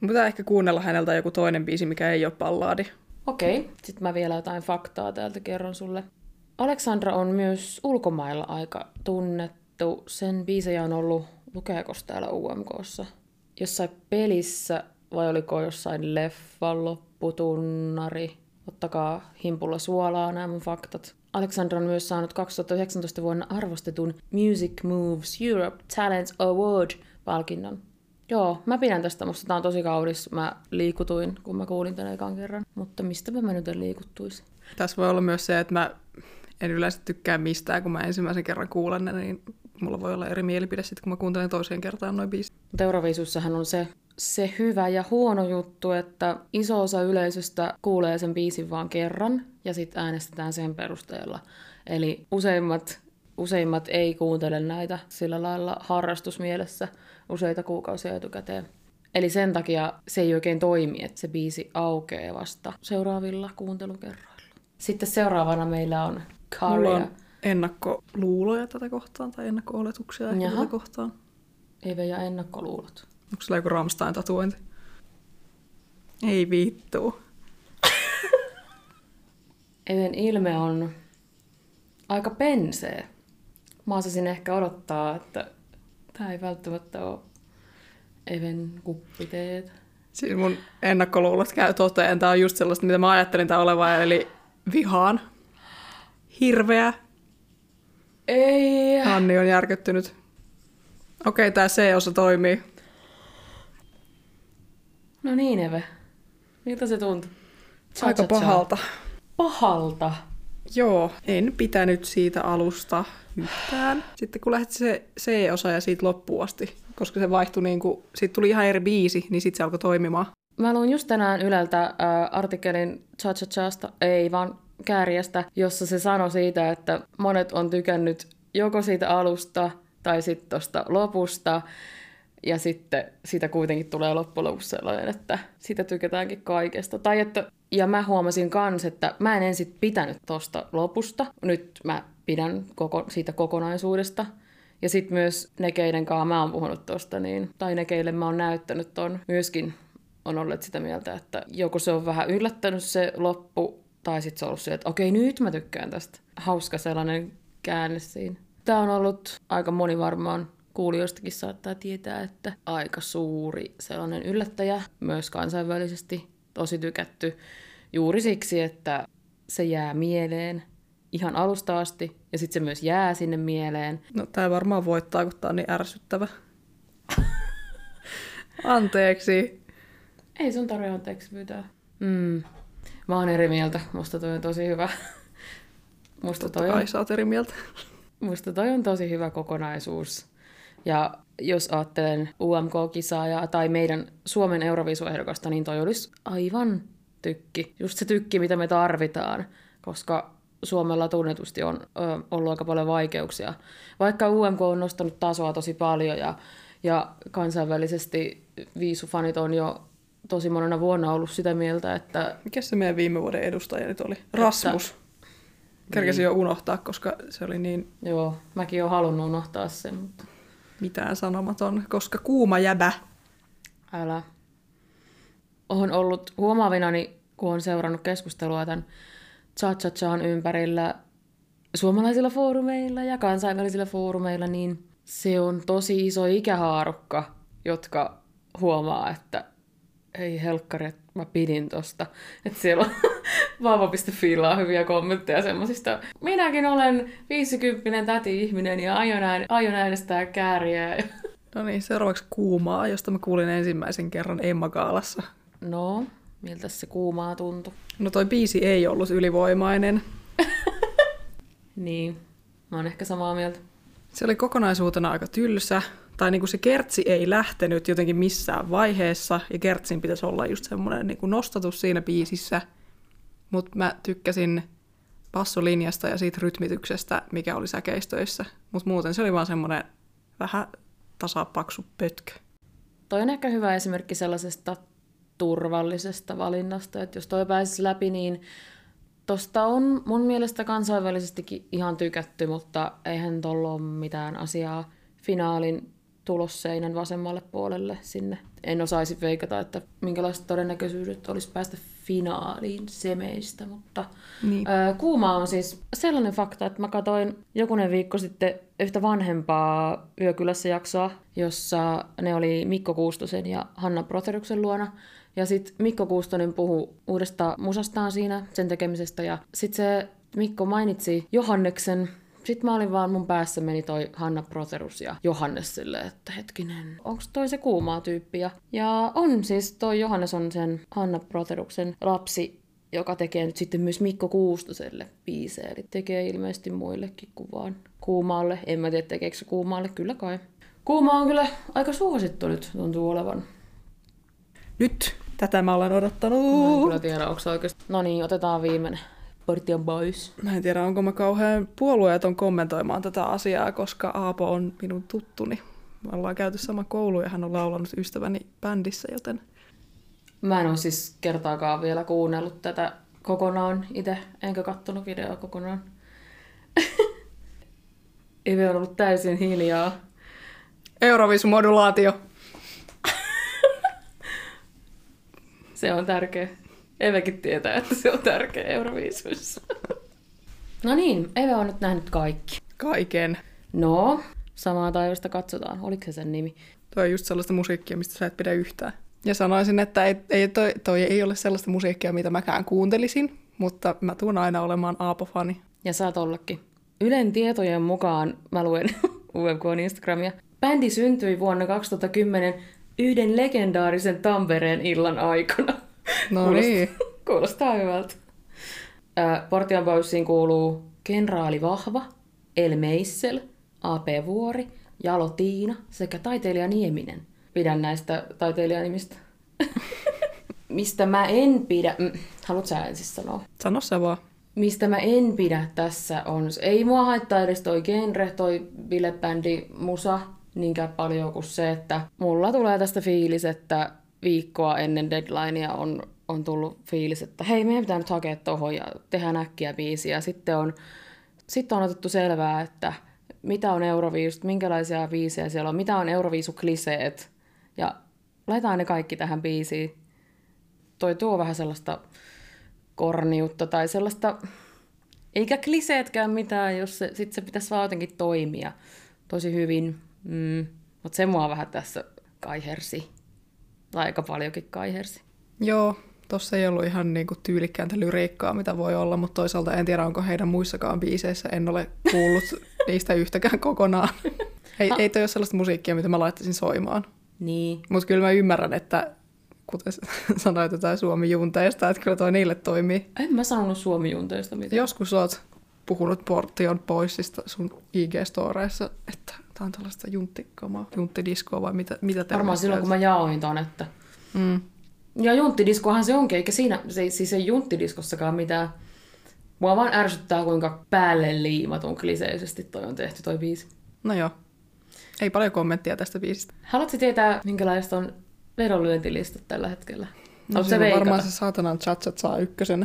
Speaker 2: Pitää ehkä kuunnella häneltä joku toinen biisi, mikä ei ole ballaadi.
Speaker 1: Okei, sitten mä vielä jotain faktaa täältä kerron sulle. Aleksandra on myös ulkomailla aika tunnettu. Sen biisejä on ollut, lukeekos täällä U M K:ssa? Jossain pelissä vai oliko jossain leffan lopputunnari? Ottakaa himpulla suolaa nämä mun faktat. Aleksandra on myös saanut kaksituhattayhdeksäntoista vuonna arvostetun Music Moves Europe Talent Award-palkinnon. Joo, mä pidän tästä. Musta tää on tosi kaunis. Mä liikutuin, kun mä kuulin tän ekan kerran. Mutta mistäpä mä nyt en liikuttuisi?
Speaker 2: Tässä voi olla myös se, että mä en yleensä tykkää mistään, kun mä ensimmäisen kerran kuulen ne, niin mulla voi olla eri mielipide sitten, kun mä kuuntelen toiseen kertaan noin biisit.
Speaker 1: Mutta Euroviisussahan on se, se hyvä ja huono juttu, että iso osa yleisöstä kuulee sen biisin vaan kerran ja sitten äänestetään sen perusteella. Eli useimmat, useimmat ei kuuntele näitä sillä lailla harrastusmielessä useita kuukausia etukäteen. Eli sen takia se ei oikein toimi, että se biisi aukeaa vasta seuraavilla kuuntelukerroilla. Sitten seuraavana meillä on Karia.
Speaker 2: Mulla on ennakkoluuloja tätä kohtaan tai ennakko-oletuksia ehkä tätä kohtaan.
Speaker 1: Eve ja ennakkoluulot.
Speaker 2: Onko sulla joku Rammstein-tatuointi? Ei vittu.
Speaker 1: Even ilme on aika pensee. Mä osasin ehkä odottaa, että tää ei välttämättä ole Even kuppiteet.
Speaker 2: Siis mun ennakkoluulot käy toteen. Tää on just sellaista, mitä mä ajattelin tää olevan, eli vihaan. Hirveä.
Speaker 1: Ei.
Speaker 2: Anni on järkyttynyt. Okei, tää C-osa toimii.
Speaker 1: No niin, Eve. Miltä se tuntuu?
Speaker 2: Aika pahalta.
Speaker 1: Pahalta?
Speaker 2: Joo, en pitänyt siitä alusta yhtään. Sitten kun lähti se C-osa ja siitä loppuun asti, koska se vaihtui niin kuin, siitä tuli ihan eri biisi, niin sitten se alkoi toimimaan.
Speaker 1: Mä luin just tänään Yleltä äh, artikkelin Cha-Cha-Chasta, ei vaan Kääriästä, jossa se sanoi siitä, että monet on tykännyt joko siitä alusta tai sitten tuosta lopusta, ja sitten siitä kuitenkin tulee loppujen lopuksi sellainen, että sitä tykätäänkin kaikesta. Tai että, ja mä huomasin kans, että mä en ensin pitänyt tosta lopusta. Nyt mä pidän koko, siitä kokonaisuudesta. Ja sitten myös ne, keiden kanssa mä oon puhunut tosta, niin, tai ne, keille mä oon näyttänyt ton, myöskin on ollut sitä mieltä, että joko se on vähän yllättänyt se loppu, tai sitten se on ollut se, että okei, nyt mä tykkään tästä. Hauska sellainen käänne siinä. Tää on ollut aika moni varmaan. Kuulijoistakin saattaa tietää, että aika suuri sellainen yllättäjä, myös kansainvälisesti tosi tykätty, juuri siksi, että se jää mieleen ihan alusta asti, ja sitten se myös jää sinne mieleen.
Speaker 2: No tää varmaan voittaa, kun tää on niin ärsyttävä. Anteeksi.
Speaker 1: Ei sun tarvitse anteeksi pyytää. Mm. Mä oon eri mieltä, musta toi on tosi hyvä. Musta
Speaker 2: Totta
Speaker 1: toi
Speaker 2: kai
Speaker 1: on,
Speaker 2: sä oot eri mieltä.
Speaker 1: musta toi on tosi hyvä kokonaisuus. Ja jos ajattelen U M K-kisaa tai meidän Suomen Euroviisuehdokasta, niin toi olisi aivan tykki. Just se tykki, mitä me tarvitaan, koska Suomella tunnetusti on ö, ollut aika paljon vaikeuksia. Vaikka U M K on nostanut tasoa tosi paljon ja, ja kansainvälisesti viisufanit on jo tosi monena vuonna ollut sitä mieltä, että...
Speaker 2: Mikä se meidän viime vuoden edustaja nyt oli? Rasmus. Että... Kerkesin niin. jo unohtaa, koska se oli niin...
Speaker 1: Joo, mäkin olen halunnut unohtaa sen, mutta...
Speaker 2: Mitään sanomaton, koska kuuma jäbä.
Speaker 1: Älä. Olen ollut huomaavinani, kun olen seurannut keskustelua tämän Cha-Cha-Chan ympärillä suomalaisilla foorumeilla ja kansainvälisillä foorumeilla, niin se on tosi iso ikähaarukka, jotka huomaa, että ei helkkari, että mä pidin tosta. Että siellä on vauva piste fiilla on hyviä kommentteja semmosista. Minäkin olen viisikymppinen täti-ihminen ja aion, ään, aion äänestää Kääriä.
Speaker 2: No niin, seuraavaksi kuumaa, josta mä kuulin ensimmäisen kerran Emma-gaalassa.
Speaker 1: No, miltä se kuumaa tuntui?
Speaker 2: No toi biisi ei ollut ylivoimainen.
Speaker 1: Niin, mä oon ehkä samaa mieltä.
Speaker 2: Se oli kokonaisuutena aika tylsä. Tai niin kuin se kertsi ei lähtenyt jotenkin missään vaiheessa, ja kertsin pitäisi olla just semmoinen niin kuin nostatus siinä biisissä. Mutta mä tykkäsin bassolinjasta ja siitä rytmityksestä, mikä oli säkeistöissä. Mutta muuten se oli vaan semmoinen vähän tasapaksu pötkö.
Speaker 1: Toi on ehkä hyvä esimerkki sellaisesta turvallisesta valinnasta, että jos toi pääsisi läpi, niin tosta on mun mielestä kansainvälisestikin ihan tykätty, mutta eihän tuolla ole mitään asiaa finaalin tulosseinän vasemmalle puolelle sinne. En osaisi veikata, että minkälaiset todennäköisyydet olisi päästä finaaliin semeistä, mutta
Speaker 2: Niin.
Speaker 1: ää, kuuma on siis sellainen fakta, että mä katsoin jokunen viikko sitten yhtä vanhempaa Yökylässä jaksoa, jossa ne oli Mikko Kuustosen ja Hanna Proteruksen luona. Ja sitten Mikko Kuustonen puhui uudesta musastaan siinä, sen tekemisestä, ja sitten se Mikko mainitsi Johanneksen. Sitten mä olin vaan, mun päässä meni toi Hanna Proterus ja Johannes silleen, että hetkinen, onko toi se kuumaa tyyppi? Ja, ja on siis, toi Johannes on sen Hanna Proteruksen lapsi, joka tekee nyt sitten myös Mikko Kuustoselle biisejä. Eli tekee ilmeisesti muillekin kuin vaan kuumaalle. En mä tiedä, tekeekö se kuumaalle, kyllä kai. Kuuma on kyllä aika suosittu nyt, tuntuu olevan.
Speaker 2: Nyt tätä mä olen odottanut.
Speaker 1: Mä en kyllä tiedä, onko se oikeasti. No niin, otetaan viimeinen. Portion Boys.
Speaker 2: Mä en tiedä, onko mä kauhean puolueeton kommentoimaan tätä asiaa, koska Aapo on minun tuttuni. Me ollaan käyty sama koulu ja hän on laulanut ystäväni bändissä, joten...
Speaker 1: Mä en ole siis kertaakaan vielä kuunnellut tätä kokonaan itse, enkä kattonut videoa kokonaan. Eve on ollut täysin hiljaa.
Speaker 2: Euroviisumodulaatio.
Speaker 1: Se on tärkeä. Evekin tietää, että se on tärkeä Euroviisuissa. No niin, Eve on nyt nähnyt kaikki.
Speaker 2: Kaiken.
Speaker 1: No, samaa taivasta katsotaan. Oliko se sen nimi?
Speaker 2: Toi on just sellaista musiikkia, mistä sä et pidä yhtään. Ja sanoisin, että ei, ei, toi, toi ei ole sellaista musiikkia, mitä mäkään kuuntelisin, mutta mä tuun aina olemaan Aapo-fani.
Speaker 1: Ja saat ollakin. Ylen tietojen mukaan, mä luen U M K:n Instagramia, bändi syntyi vuonna kaksituhattakymmenen yhden legendaarisen Tampereen illan aikana.
Speaker 2: No
Speaker 1: Kuulostaa,
Speaker 2: niin.
Speaker 1: kuulostaa hyvältä. Äh, Portion Boysiin kuuluu Kenraali Vahva, El Meissel, A P Vuori, Jalo Tiina sekä taiteilija Nieminen. Pidän näistä taiteilijanimistä. Mistä mä en pidä... Mm, haluat sä ensin sanoa?
Speaker 2: Sano se vaan.
Speaker 1: Mistä mä en pidä tässä on... Ei mua haittaa edes toi genre, toi bilebändi musa niinkään paljon kuin se, että mulla tulee tästä fiilis, että viikkoa ennen deadlinea on, on tullut fiilis, että hei, meidän pitää nyt hakea tohon ja tehdä äkkiä biisiä. Sitten on, sitten on otettu selvää, että mitä on Euroviisut, minkälaisia biisejä siellä on, mitä on Euroviisukliseet. Ja laitetaan ne kaikki tähän biisiin. Toi tuo vähän sellaista korniutta tai sellaista, eikä kliseetkään mitään, jos se, sit se pitäisi vaan jotenkin toimia tosi hyvin. Mm. Mutta se mua vähän tässä kaihersi. Tai aika paljonkin kaihersi.
Speaker 2: Joo, tossa ei ollut ihan niinku tyylikkääntä lyriikkaa, mitä voi olla, mutta toisaalta en tiedä, onko heidän muissakaan biiseissä. En ole kuullut niistä yhtäkään kokonaan. Ei, ei toi ole sellaista musiikkia, mitä mä laittaisin soimaan.
Speaker 1: Niin.
Speaker 2: Mutta kyllä mä ymmärrän, että kuten sanoit jotain Suomi-junteista, että kyllä toi niille toimii.
Speaker 1: En mä sanonut Suomi-junteista mitään.
Speaker 2: Joskus oot puhunut Portion Boysista sun I G-storeissa, että tää on tällaista junttikamaa, junttidiskoa vai mitä, mitä te
Speaker 1: Varmaan silloin, kun mä jaoin ton, että...
Speaker 2: Mm.
Speaker 1: Ja junttidiskohan se onkin, eikä siinä, se, siis ei junttidiskossakaan mitään. Mua vaan ärsyttää, kuinka päälle liimatun kliseisesti toi on tehty toi biisi.
Speaker 2: No joo. Ei paljon kommenttia tästä biisistä.
Speaker 1: Haluatko tietää, minkälaista on vedonlyöntilistat tällä hetkellä?
Speaker 2: No se on varmaan se saatanan cha-cha-cha ykkösenä.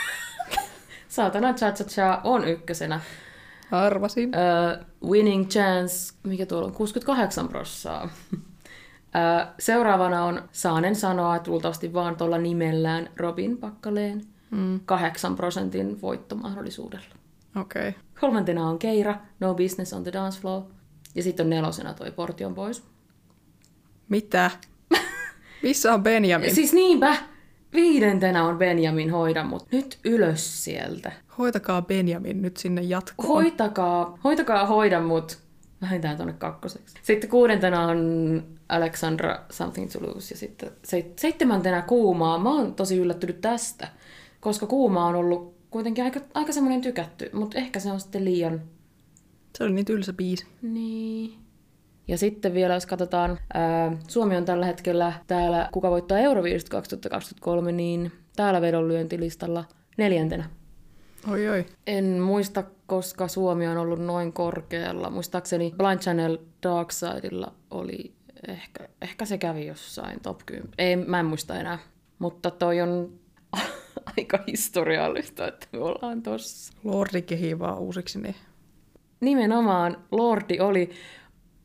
Speaker 1: Saatana cha-cha-cha on ykkösenä.
Speaker 2: Arvasin.
Speaker 1: Uh, winning chance, mikä tuolla on, kuusikymmentäkahdeksan prosenttia. Uh, seuraavana on Saanen sanoa, että luultavasti vaan tuolla nimellään Robin Pakkaleen
Speaker 2: Mm.
Speaker 1: kahdeksan prosentin voittomahdollisuudella.
Speaker 2: Okei. Okay.
Speaker 1: Kolmantena on Keira, No Business on the Dance Floor. Ja sitten on nelosena toi Portion Boys.
Speaker 2: Mitä? Missä on Benjamin?
Speaker 1: Siis niinpä! Viidentenä on Benjamin Hoida, mutta nyt ylös sieltä.
Speaker 2: Hoitakaa Benjamin nyt sinne jatkoon.
Speaker 1: Hoitakaa, hoitakaa Hoida mut vähintään tonne kakkoseksi. Sitten kuudentena on Alexandra Something to Lose ja sitten seitsemäntenä Kuumaa. Mä oon tosi yllättynyt tästä, koska Kuuma on ollut kuitenkin aika, aika semmoinen tykätty, mutta ehkä se on sitten liian...
Speaker 2: Se oli niin tylsä biisi.
Speaker 1: Niin. Ja sitten vielä, jos katsotaan, ää, Suomi on tällä hetkellä täällä, kuka voittaa Euroviisut kaksituhattakaksikymmentäkolme, niin täällä vedonlyöntilistalla neljäntenä.
Speaker 2: Oi oi.
Speaker 1: En muista, koska Suomi on ollut noin korkealla. Muistaakseni Blind Channel Darksidella oli, ehkä, ehkä se kävi jossain top kymmenen. Ei, mä en muista enää. Mutta toi on aika historiallista, että me ollaan tossa.
Speaker 2: Lordi kehii vaan uusiksi, niin...
Speaker 1: Nimenomaan Lordi oli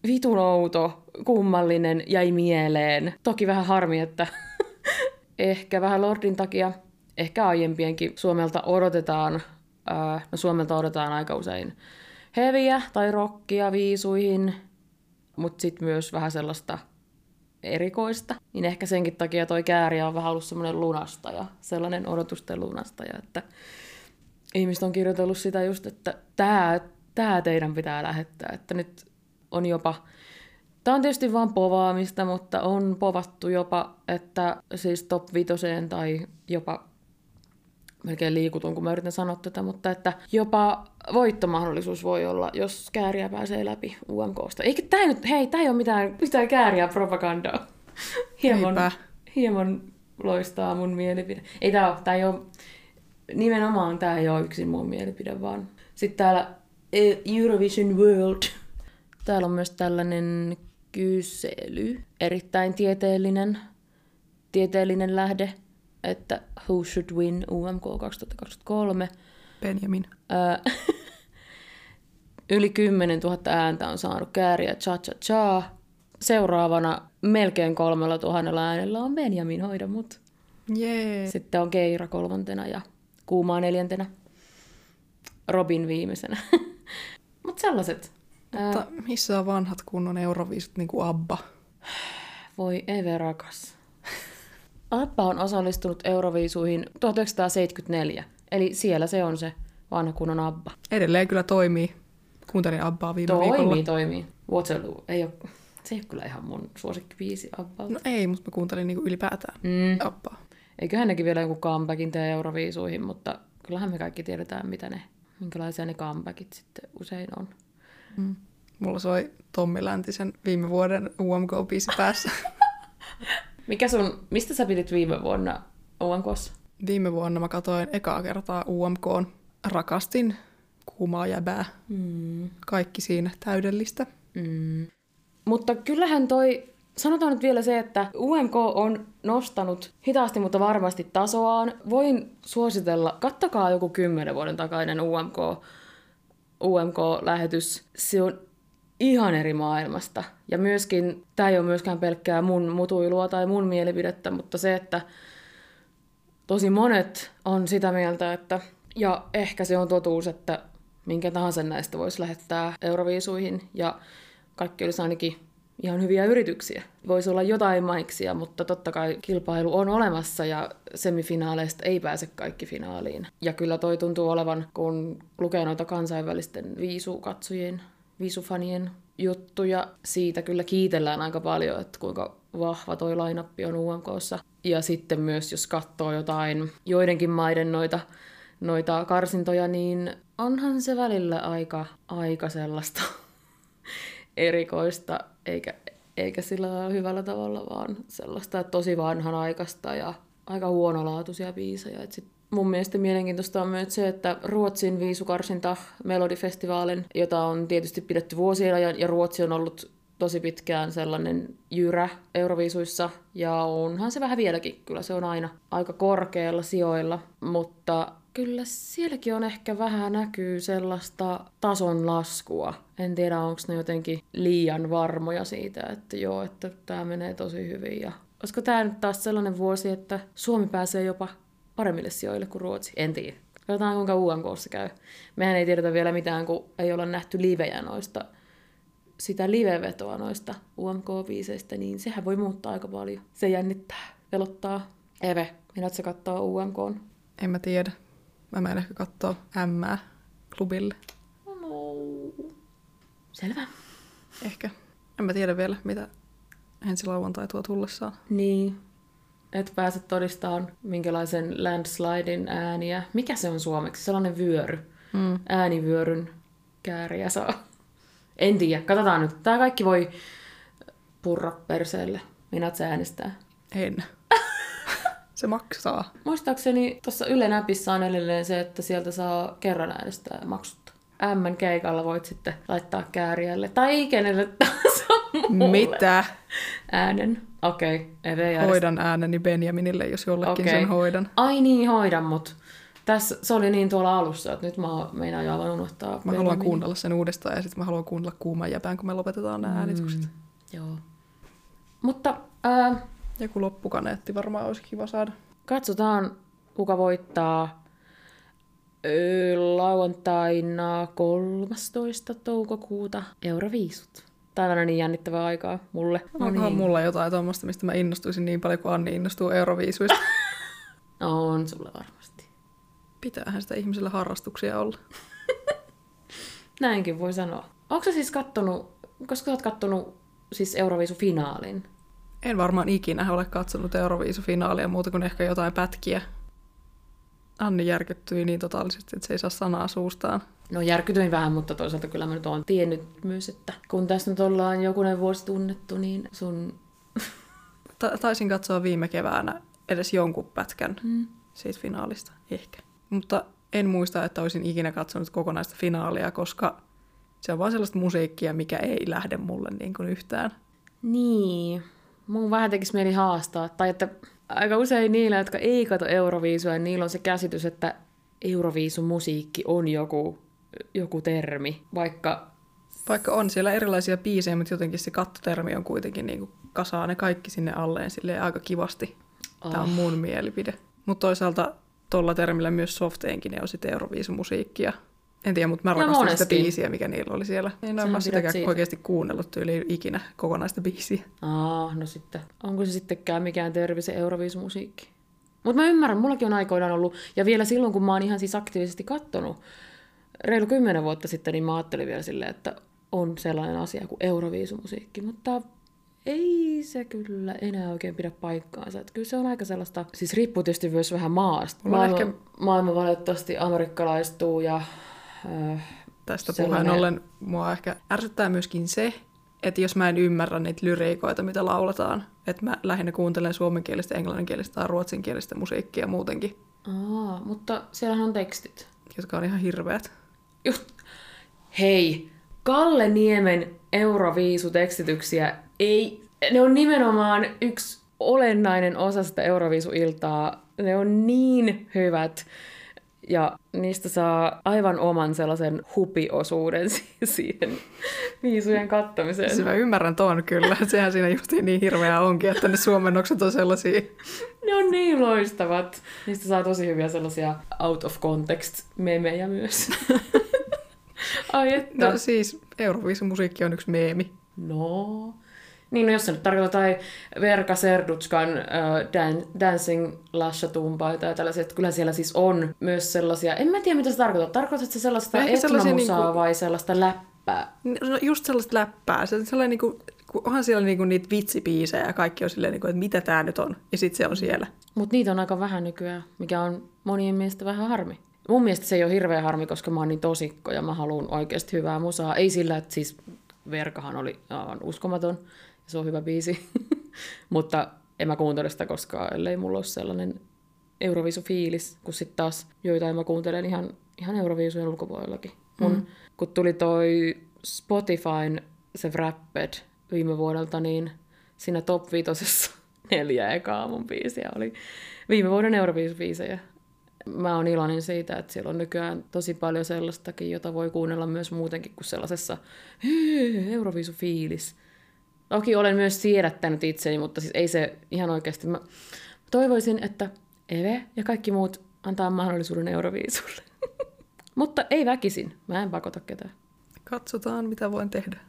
Speaker 1: vitun outo, kummallinen, jäi mieleen. Toki vähän harmi, että ehkä vähän Lordin takia, ehkä aiempienkin Suomelta odotetaan, ää, no Suomelta odotetaan aika usein heviä tai rockia viisuihin, mutta sitten myös vähän sellaista erikoista. Niin ehkä senkin takia toi Kääriä on vähän ollut semmoinen lunastaja, sellainen odotusten lunastaja, että ihmiset on kirjoitellut sitä just, että tää, tää teidän pitää lähettää, että nyt on jopa, tää on tietysti vaan povaamista, mutta on povattu jopa, että siis top vitoseen tai jopa, melkein liikutun, kun mä yritän sanoa tätä, mutta että jopa voittomahdollisuus voi olla, jos Kääriä pääsee läpi U M K:sta. Eikä tää nyt, hei, tää ei ole mitään, mitään Kääriä propagandaa. Hieman, hieman loistaa mun mielipide. Ei tää ole, tää ei ole, nimenomaan tää ei ole yksin mun mielipide, vaan sitten täällä Eurovision World. Täällä on myös tällainen kysely, erittäin tieteellinen, tieteellinen lähde, että who should win U M K kaksituhattakaksikymmentäkolme.
Speaker 2: Benjamin.
Speaker 1: Ää, yli kymmenen tuhatta ääntä on saanut Kääriä Cha Cha Cha. Seuraavana melkein kolmella tuhannella äänellä on Benjamin Hoida mut.
Speaker 2: Jee.
Speaker 1: Sitten on Keira kolmantena ja Kuumaa neljäntenä. Robin viimeisenä. Mut sellaiset.
Speaker 2: Mutta missä on vanhat kunnon euroviisut niin kuin ABBA?
Speaker 1: Voi Eve rakas. ABBA on osallistunut euroviisuihin tuhatyhdeksänsataaseitsemänkymmentäneljä. Eli siellä se on se vanha kunnon ABBA.
Speaker 2: Edelleen kyllä toimii. Kuuntelin ABBaa viime
Speaker 1: toimii,
Speaker 2: viikolla.
Speaker 1: Toimii, toimii. Waterloo. Ei ole, se ei ole kyllä ihan mun suosikkibiisi ABBalta.
Speaker 2: No ei, mutta mä kuuntelin niinku ylipäätään
Speaker 1: mm.
Speaker 2: ABBaa.
Speaker 1: Eiköhän nekin vielä joku comebackin tee euroviisuihin, mutta kyllähän me kaikki tiedetään, mitä ne, minkälaisia ne comebackit sitten usein on.
Speaker 2: Mm. Mulla soi Tommi Läntisen viime vuoden U M K-biisi päässä.
Speaker 1: Mikä sun, mistä sä pidit viime vuonna U M K:ssa?
Speaker 2: Viime vuonna mä katsoin ekaa kertaa U M K:n. Rakastin kuumaa jäbää.
Speaker 1: Mm.
Speaker 2: Kaikki siinä täydellistä.
Speaker 1: Mm. Mutta kyllähän toi, sanotaan nyt vielä se, että U M K on nostanut hitaasti, mutta varmasti tasoaan. Voin suositella, kattokaa joku kymmenen vuoden takainen U M K, U M K-lähetys. Se on ihan eri maailmasta. Ja myöskin, tämä ei ole myöskään pelkkää mun mutuilua tai mun mielipidettä, mutta se, että tosi monet on sitä mieltä, että, ja ehkä se on totuus, että minkä tahansa näistä voisi lähettää euroviisuihin, ja kaikki olisi ainakin ihan hyviä yrityksiä. Voisi olla jotain maiksia, mutta totta kai kilpailu on olemassa, ja semifinaaleista ei pääse kaikki finaaliin. Ja kyllä toi tuntuu olevan, kun lukee noita kansainvälisten viisukatsojien, viisufanien juttuja, siitä kyllä kiitellään aika paljon, että kuinka vahva toi line-up on U M K:ssa. Ja sitten myös, jos katsoo jotain joidenkin maiden noita, noita karsintoja, niin onhan se välillä aika, aika sellaista erikoista, eikä, eikä sillä hyvällä tavalla, vaan sellaista tosi vanhanaikaista ja aika huonolaatuisia biisejä. Et sit mun mielestä mielenkiintoista on myös se, että Ruotsin viisukarsinta Melodifestivaalin, jota on tietysti pidetty vuosien ajan, ja Ruotsi on ollut tosi pitkään sellainen jyrä euroviisuissa, ja onhan se vähän vieläkin, kyllä se on aina aika korkealla sijoilla, mutta kyllä sielläkin on ehkä vähän näkyy sellaista tason laskua. En tiedä, onko ne jotenkin liian varmoja siitä, että joo, että tämä menee tosi hyvin. Ja olisiko tämä nyt taas sellainen vuosi, että Suomi pääsee jopa paremmille sijoille kuin Ruotsi? En tiedä. Katsotaan, kuinka U M K:ssa käy. Mehän ei tiedetä vielä mitään, kun ei olla nähty livejä noista, sitä livevetoa noista U M K-biiseistä, niin sehän voi muuttaa aika paljon. Se jännittää, pelottaa. Eve, minä sä kattoo U M K:n?
Speaker 2: En mä tiedä. Mä menen ehkä kattoo Ämmää klubille.
Speaker 1: No. Selvä.
Speaker 2: Ehkä. En mä tiedä vielä, mitä ensi lauantai tuo tullessaan.
Speaker 1: Niin. Et pääse todistamaan, minkälaisen landslidin ääniä. Mikä se on suomeksi? Sellainen vyöry.
Speaker 2: Mm.
Speaker 1: Äänivyöryn Kääriä saa. En tiedä. Katsotaan nyt. Tää kaikki voi purra perseelle. Minä sä äänestää.
Speaker 2: En. Se maksaa.
Speaker 1: Muistaakseni tuossa Ylen appissa on edelleen se, että sieltä saa kerran äänestää maksutta. Ämmän keikalla voit sitten laittaa Kääriälle tai kenelle tahansa muulle
Speaker 2: Mitä?
Speaker 1: äänen. Okei, okay. Eve
Speaker 2: Hoidan ääneni Benjaminille, jos jollekin
Speaker 1: okay.
Speaker 2: sen hoidan.
Speaker 1: Ai niin, hoidan, mut Tässä se oli niin tuolla alussa, että nyt mä meinaan jo aivan unohtaa.
Speaker 2: Mä haluan kuunnella sen uudestaan ja sitten mä haluan kuunnella Kuuman jäpään, kun me lopetetaan nämä mm, äänitykset.
Speaker 1: Joo. Mutta äh,
Speaker 2: joku loppukaneetti varmaan olisi kiva saada.
Speaker 1: Katsotaan, kuka voittaa öö, lauantaina kolmastoista toukokuuta Euroviisut. Tämä on niin jännittävää aikaa mulle. No
Speaker 2: onkohan
Speaker 1: niin.
Speaker 2: mulla jotain tuommoista, mistä mä innostuisin niin paljon kuin Anni innostuu Euroviisuista?
Speaker 1: On sulle varmasti.
Speaker 2: Pitäähän sitä ihmisillä harrastuksia olla.
Speaker 1: Näinkin voi sanoa. Onko sä siis kattonut, koska sä oot kattonut siis Euroviisufinaalin?
Speaker 2: En varmaan ikinä ole katsonut Euroviisufinaalia muuta kuin ehkä jotain pätkiä. Anni järkyttyi niin totaalisesti, että se ei saa sanaa suustaan.
Speaker 1: No järkytyin vähän, mutta toisaalta kyllä mä nyt oon tiennyt myös, että kun tässä nyt ollaan jokunen vuosi tunnettu, niin sun...
Speaker 2: Ta- taisin katsoa viime keväänä edes jonkun pätkän
Speaker 1: mm.
Speaker 2: siitä finaalista, ehkä. Mutta en muista, että olisin ikinä katsonut kokonaista finaalia, koska se on vaan sellaista musiikkia, mikä ei lähde mulle niin kuin yhtään.
Speaker 1: Niin, mun vähän tekisi mieli haastaa. Tai että aika usein niillä, jotka ei katso Euroviisua, niillä on se käsitys, että Euroviisun musiikki on joku, joku termi, vaikka...
Speaker 2: Vaikka on siellä erilaisia biisejä, mutta jotenkin se kattotermi on kuitenkin niin kuin kasaa ne kaikki sinne alleen silleen aika kivasti. Oh. Tämä on mun mielipide. Mutta toisaalta tuolla termillä myös softeenkin on sitten Euroviisumusiikkia. En tiedä, mutta mä rakastin no, sitä biisiä, mikä niillä oli siellä. En ole sitäkään oikeasti kuunnellut tyyliin ikinä kokonaista biisiä.
Speaker 1: Aa, no sitten. Onko se sittenkään mikään tervi se Euroviisumusiikki? Mutta mä ymmärrän, mullakin on aikoinaan ollut, ja vielä silloin, kun mä oon ihan siis aktiivisesti kattonut, reilu kymmenen vuotta sitten, niin mä ajattelin vielä silleen, että on sellainen asia kuin Euroviisumusiikki, mutta ei se kyllä enää oikein pidä paikkaansa. Että kyllä se on aika sellaista, siis riippuu tietysti myös vähän maasta. Maailma, ehkä... maailma valitettavasti amerikkalaistuu ja... Äh,
Speaker 2: Tästä
Speaker 1: sellainen...
Speaker 2: puheen ollen mua ehkä ärsyttää myöskin se, että jos mä en ymmärrä niitä lyriikoita, mitä lauletaan, että mä lähinnä kuuntelen suomenkielistä, englanninkielistä tai ruotsinkielistä musiikkia muutenkin.
Speaker 1: Aa, mutta siellähän on tekstit.
Speaker 2: Jotka on ihan hirveät.
Speaker 1: Just. Hei, Kalle Niemen Euroviisutekstityksiä ei, ne on nimenomaan yksi olennainen osa sitä Euroviisuiltaa. Ne on niin hyvät. Ja niistä saa aivan oman sellaisen hupiosuuden siihen viisujen kattamiseen.
Speaker 2: Siis mä ymmärrän ton kyllä. Sehän siinä justiin niin hirveää onkin, että ne suomennokset on sellaisia.
Speaker 1: Ne on niin loistavat. Niistä saa tosi hyviä sellaisia out of context memejä myös. Ai että.
Speaker 2: No siis Euroviisumusiikki on yksi meemi.
Speaker 1: No... Niin, no jos se nyt tarkoittaa tai Verka Serdutskan uh, dan- Dancing Lasha Tumpaa tai tällaisia, että kyllä siellä siis on myös sellaisia, en mä tiedä mitä se tarkoittaa, tarkoitatko se sellaista etnomusaa niinku... vai sellaista läppää?
Speaker 2: No just sellaista läppää, se sellainen niinku, onhan siellä niinku niitä vitsibiisejä ja kaikki on silleen, niinku, että mitä tää nyt on, ja sit se on siellä.
Speaker 1: Mutta niitä on aika vähän nykyään, mikä on monien mielestä vähän harmi. Mun mielestä se ei ole hirveän harmi, koska mä oon niin tosikko ja mä haluan oikeasti hyvää musaa. Ei sillä, että siis Verkahan oli aivan uskomaton. Se on hyvä biisi, mutta en mä kuuntele sitä koskaan, ellei mulla ole sellainen Euroviisu-fiilis, kun sitten taas joitain mä kuuntelen ihan, ihan Euroviisujen ulkopuolellakin. Mun, mm. kun tuli toi Spotifyn se Wrapped viime vuodelta, niin siinä top viitosessa neljä ekaa mun biisiä oli viime vuoden Euroviisu-biisejä. Mä oon iloinen siitä, että siellä on nykyään tosi paljon sellaistakin, jota voi kuunnella myös muutenkin kuin sellaisessa Euroviisu-fiilis. Toki olen myös siedättänyt itseni, mutta siis ei se ihan oikeasti. Mä toivoisin, että Eve ja kaikki muut antaa mahdollisuuden Euroviisulle. Mutta ei väkisin. Mä en pakota ketään.
Speaker 2: Katsotaan, mitä voin tehdä.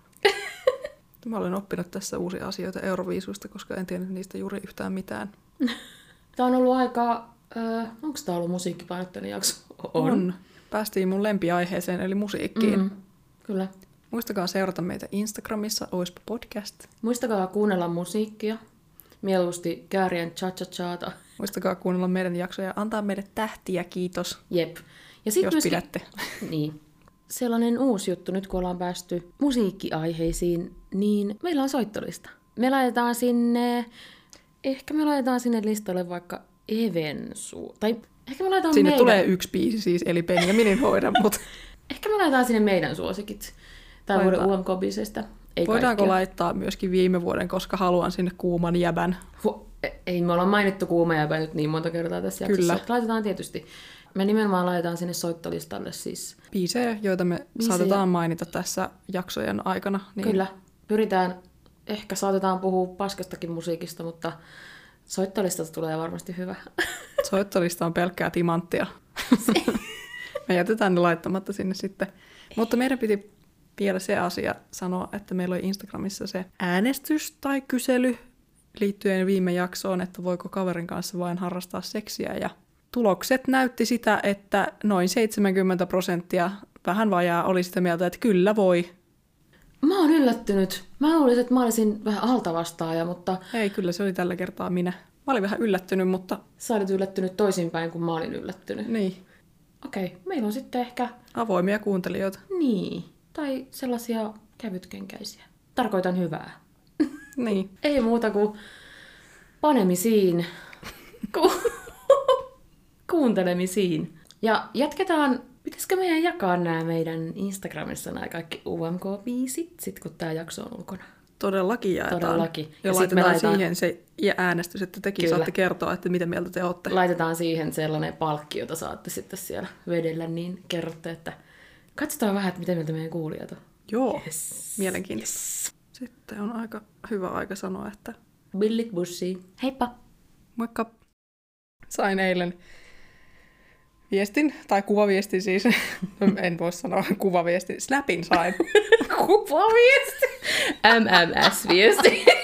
Speaker 2: Mä olen oppinut tässä uusia asioita Euroviisuista, koska en tiennyt niistä juuri yhtään mitään.
Speaker 1: Tämä on ollut aika... Äh, onko tämä ollut musiikkipainotteinen jakso?
Speaker 2: On. on. Päästiin mun lempiaiheeseen, eli musiikkiin.
Speaker 1: Mm, kyllä.
Speaker 2: Muistakaa seurata meitä Instagramissa, Oispa Podcast.
Speaker 1: Muistakaa kuunnella musiikkia. Mieluusti käärien cha-cha-chaata.
Speaker 2: Muistakaa kuunnella meidän jaksoja ja antaa meille tähtiä, kiitos.
Speaker 1: Jep. Ja sit
Speaker 2: jos
Speaker 1: myöskin,
Speaker 2: pidätte.
Speaker 1: Niin. Sellainen uusi juttu, nyt kun ollaan päästy musiikkiaiheisiin, niin meillä on soittolista. Me laitetaan sinne, ehkä me laitetaan sinne listalle vaikka Evensu. Tai ehkä me laitetaan
Speaker 2: sinne
Speaker 1: meidän...
Speaker 2: tulee yksi biisi siis, eli Benjaminin hoida, mutta...
Speaker 1: Ehkä me laitetaan sinne meidän suosikit. Tai vuoden U M K-biisestä.
Speaker 2: Voidaanko kaikkea laittaa myöskin viime vuoden, koska haluan sinne Kuuman jäbän?
Speaker 1: Vo- Ei me olla mainittu Kuumajääpä nyt niin monta kertaa tässä jaksossa.
Speaker 2: Kyllä.
Speaker 1: Laitetaan tietysti. Me nimenomaan laitetaan sinne soittolistalle siis.
Speaker 2: Biisejä, joita me
Speaker 1: Biisejä.
Speaker 2: saatetaan mainita tässä jaksojen aikana. Niin...
Speaker 1: Kyllä. Pyritään, ehkä saatetaan puhua paskastakin musiikista, mutta soittolistasta tulee varmasti hyvä.
Speaker 2: Soittolista on pelkkää timanttia. Me jätetään ne laittamatta sinne sitten. Mutta meidän piti vielä se asia sanoa, että meillä oli Instagramissa se äänestys tai kysely liittyen viime jaksoon, että voiko kaverin kanssa vain harrastaa seksiä. Ja tulokset näytti sitä, että noin seitsemänkymmentä prosenttia vähän vajaa oli sitä mieltä, että kyllä voi.
Speaker 1: Mä oon yllättynyt. Mä luulisin, että mä olisin vähän altavastaaja, mutta...
Speaker 2: Ei, kyllä se oli tällä kertaa minä. Mä olin vähän yllättynyt, mutta...
Speaker 1: Sä olit yllättynyt toisinpäin, kun mä olin yllättynyt.
Speaker 2: Niin.
Speaker 1: Okei, meillä on sitten ehkä...
Speaker 2: Avoimia kuuntelijoita.
Speaker 1: Niin. Tai sellaisia kevytkenkäisiä. Tarkoitan hyvää.
Speaker 2: Niin.
Speaker 1: Ei muuta kuin panemisiin. Ku... Kuuntelemisiin. Ja jatketaan... Pitäisikö meidän jakaa nämä meidän Instagramissa nämä kaikki U M K-biisit, sit kun tämä jakso on ulkona?
Speaker 2: Todellakin jaetaan.
Speaker 1: Todellakin.
Speaker 2: Ja,
Speaker 1: Ja sit
Speaker 2: laitetaan,
Speaker 1: me laitetaan
Speaker 2: siihen se ja äänestys, että tekin
Speaker 1: Kyllä.
Speaker 2: saatte kertoa, että mitä mieltä te olette.
Speaker 1: Laitetaan siihen sellainen palkki, jota saatte sitten siellä vedellä, niin kerrotte, että katsotaan vähän, että mitä mieltä meidän kuulijat on.
Speaker 2: Joo,
Speaker 1: Yes.
Speaker 2: mielenkiintoista.
Speaker 1: Yes.
Speaker 2: Sitten on aika hyvä aika sanoa, että
Speaker 1: Billit bussiin. Heippa!
Speaker 2: moikka. Sain eilen viestin, tai kuvaviestin siis, en voi sanoa kuvaviestin, snapin sain.
Speaker 1: Kuvaviesti! M M S-viesti.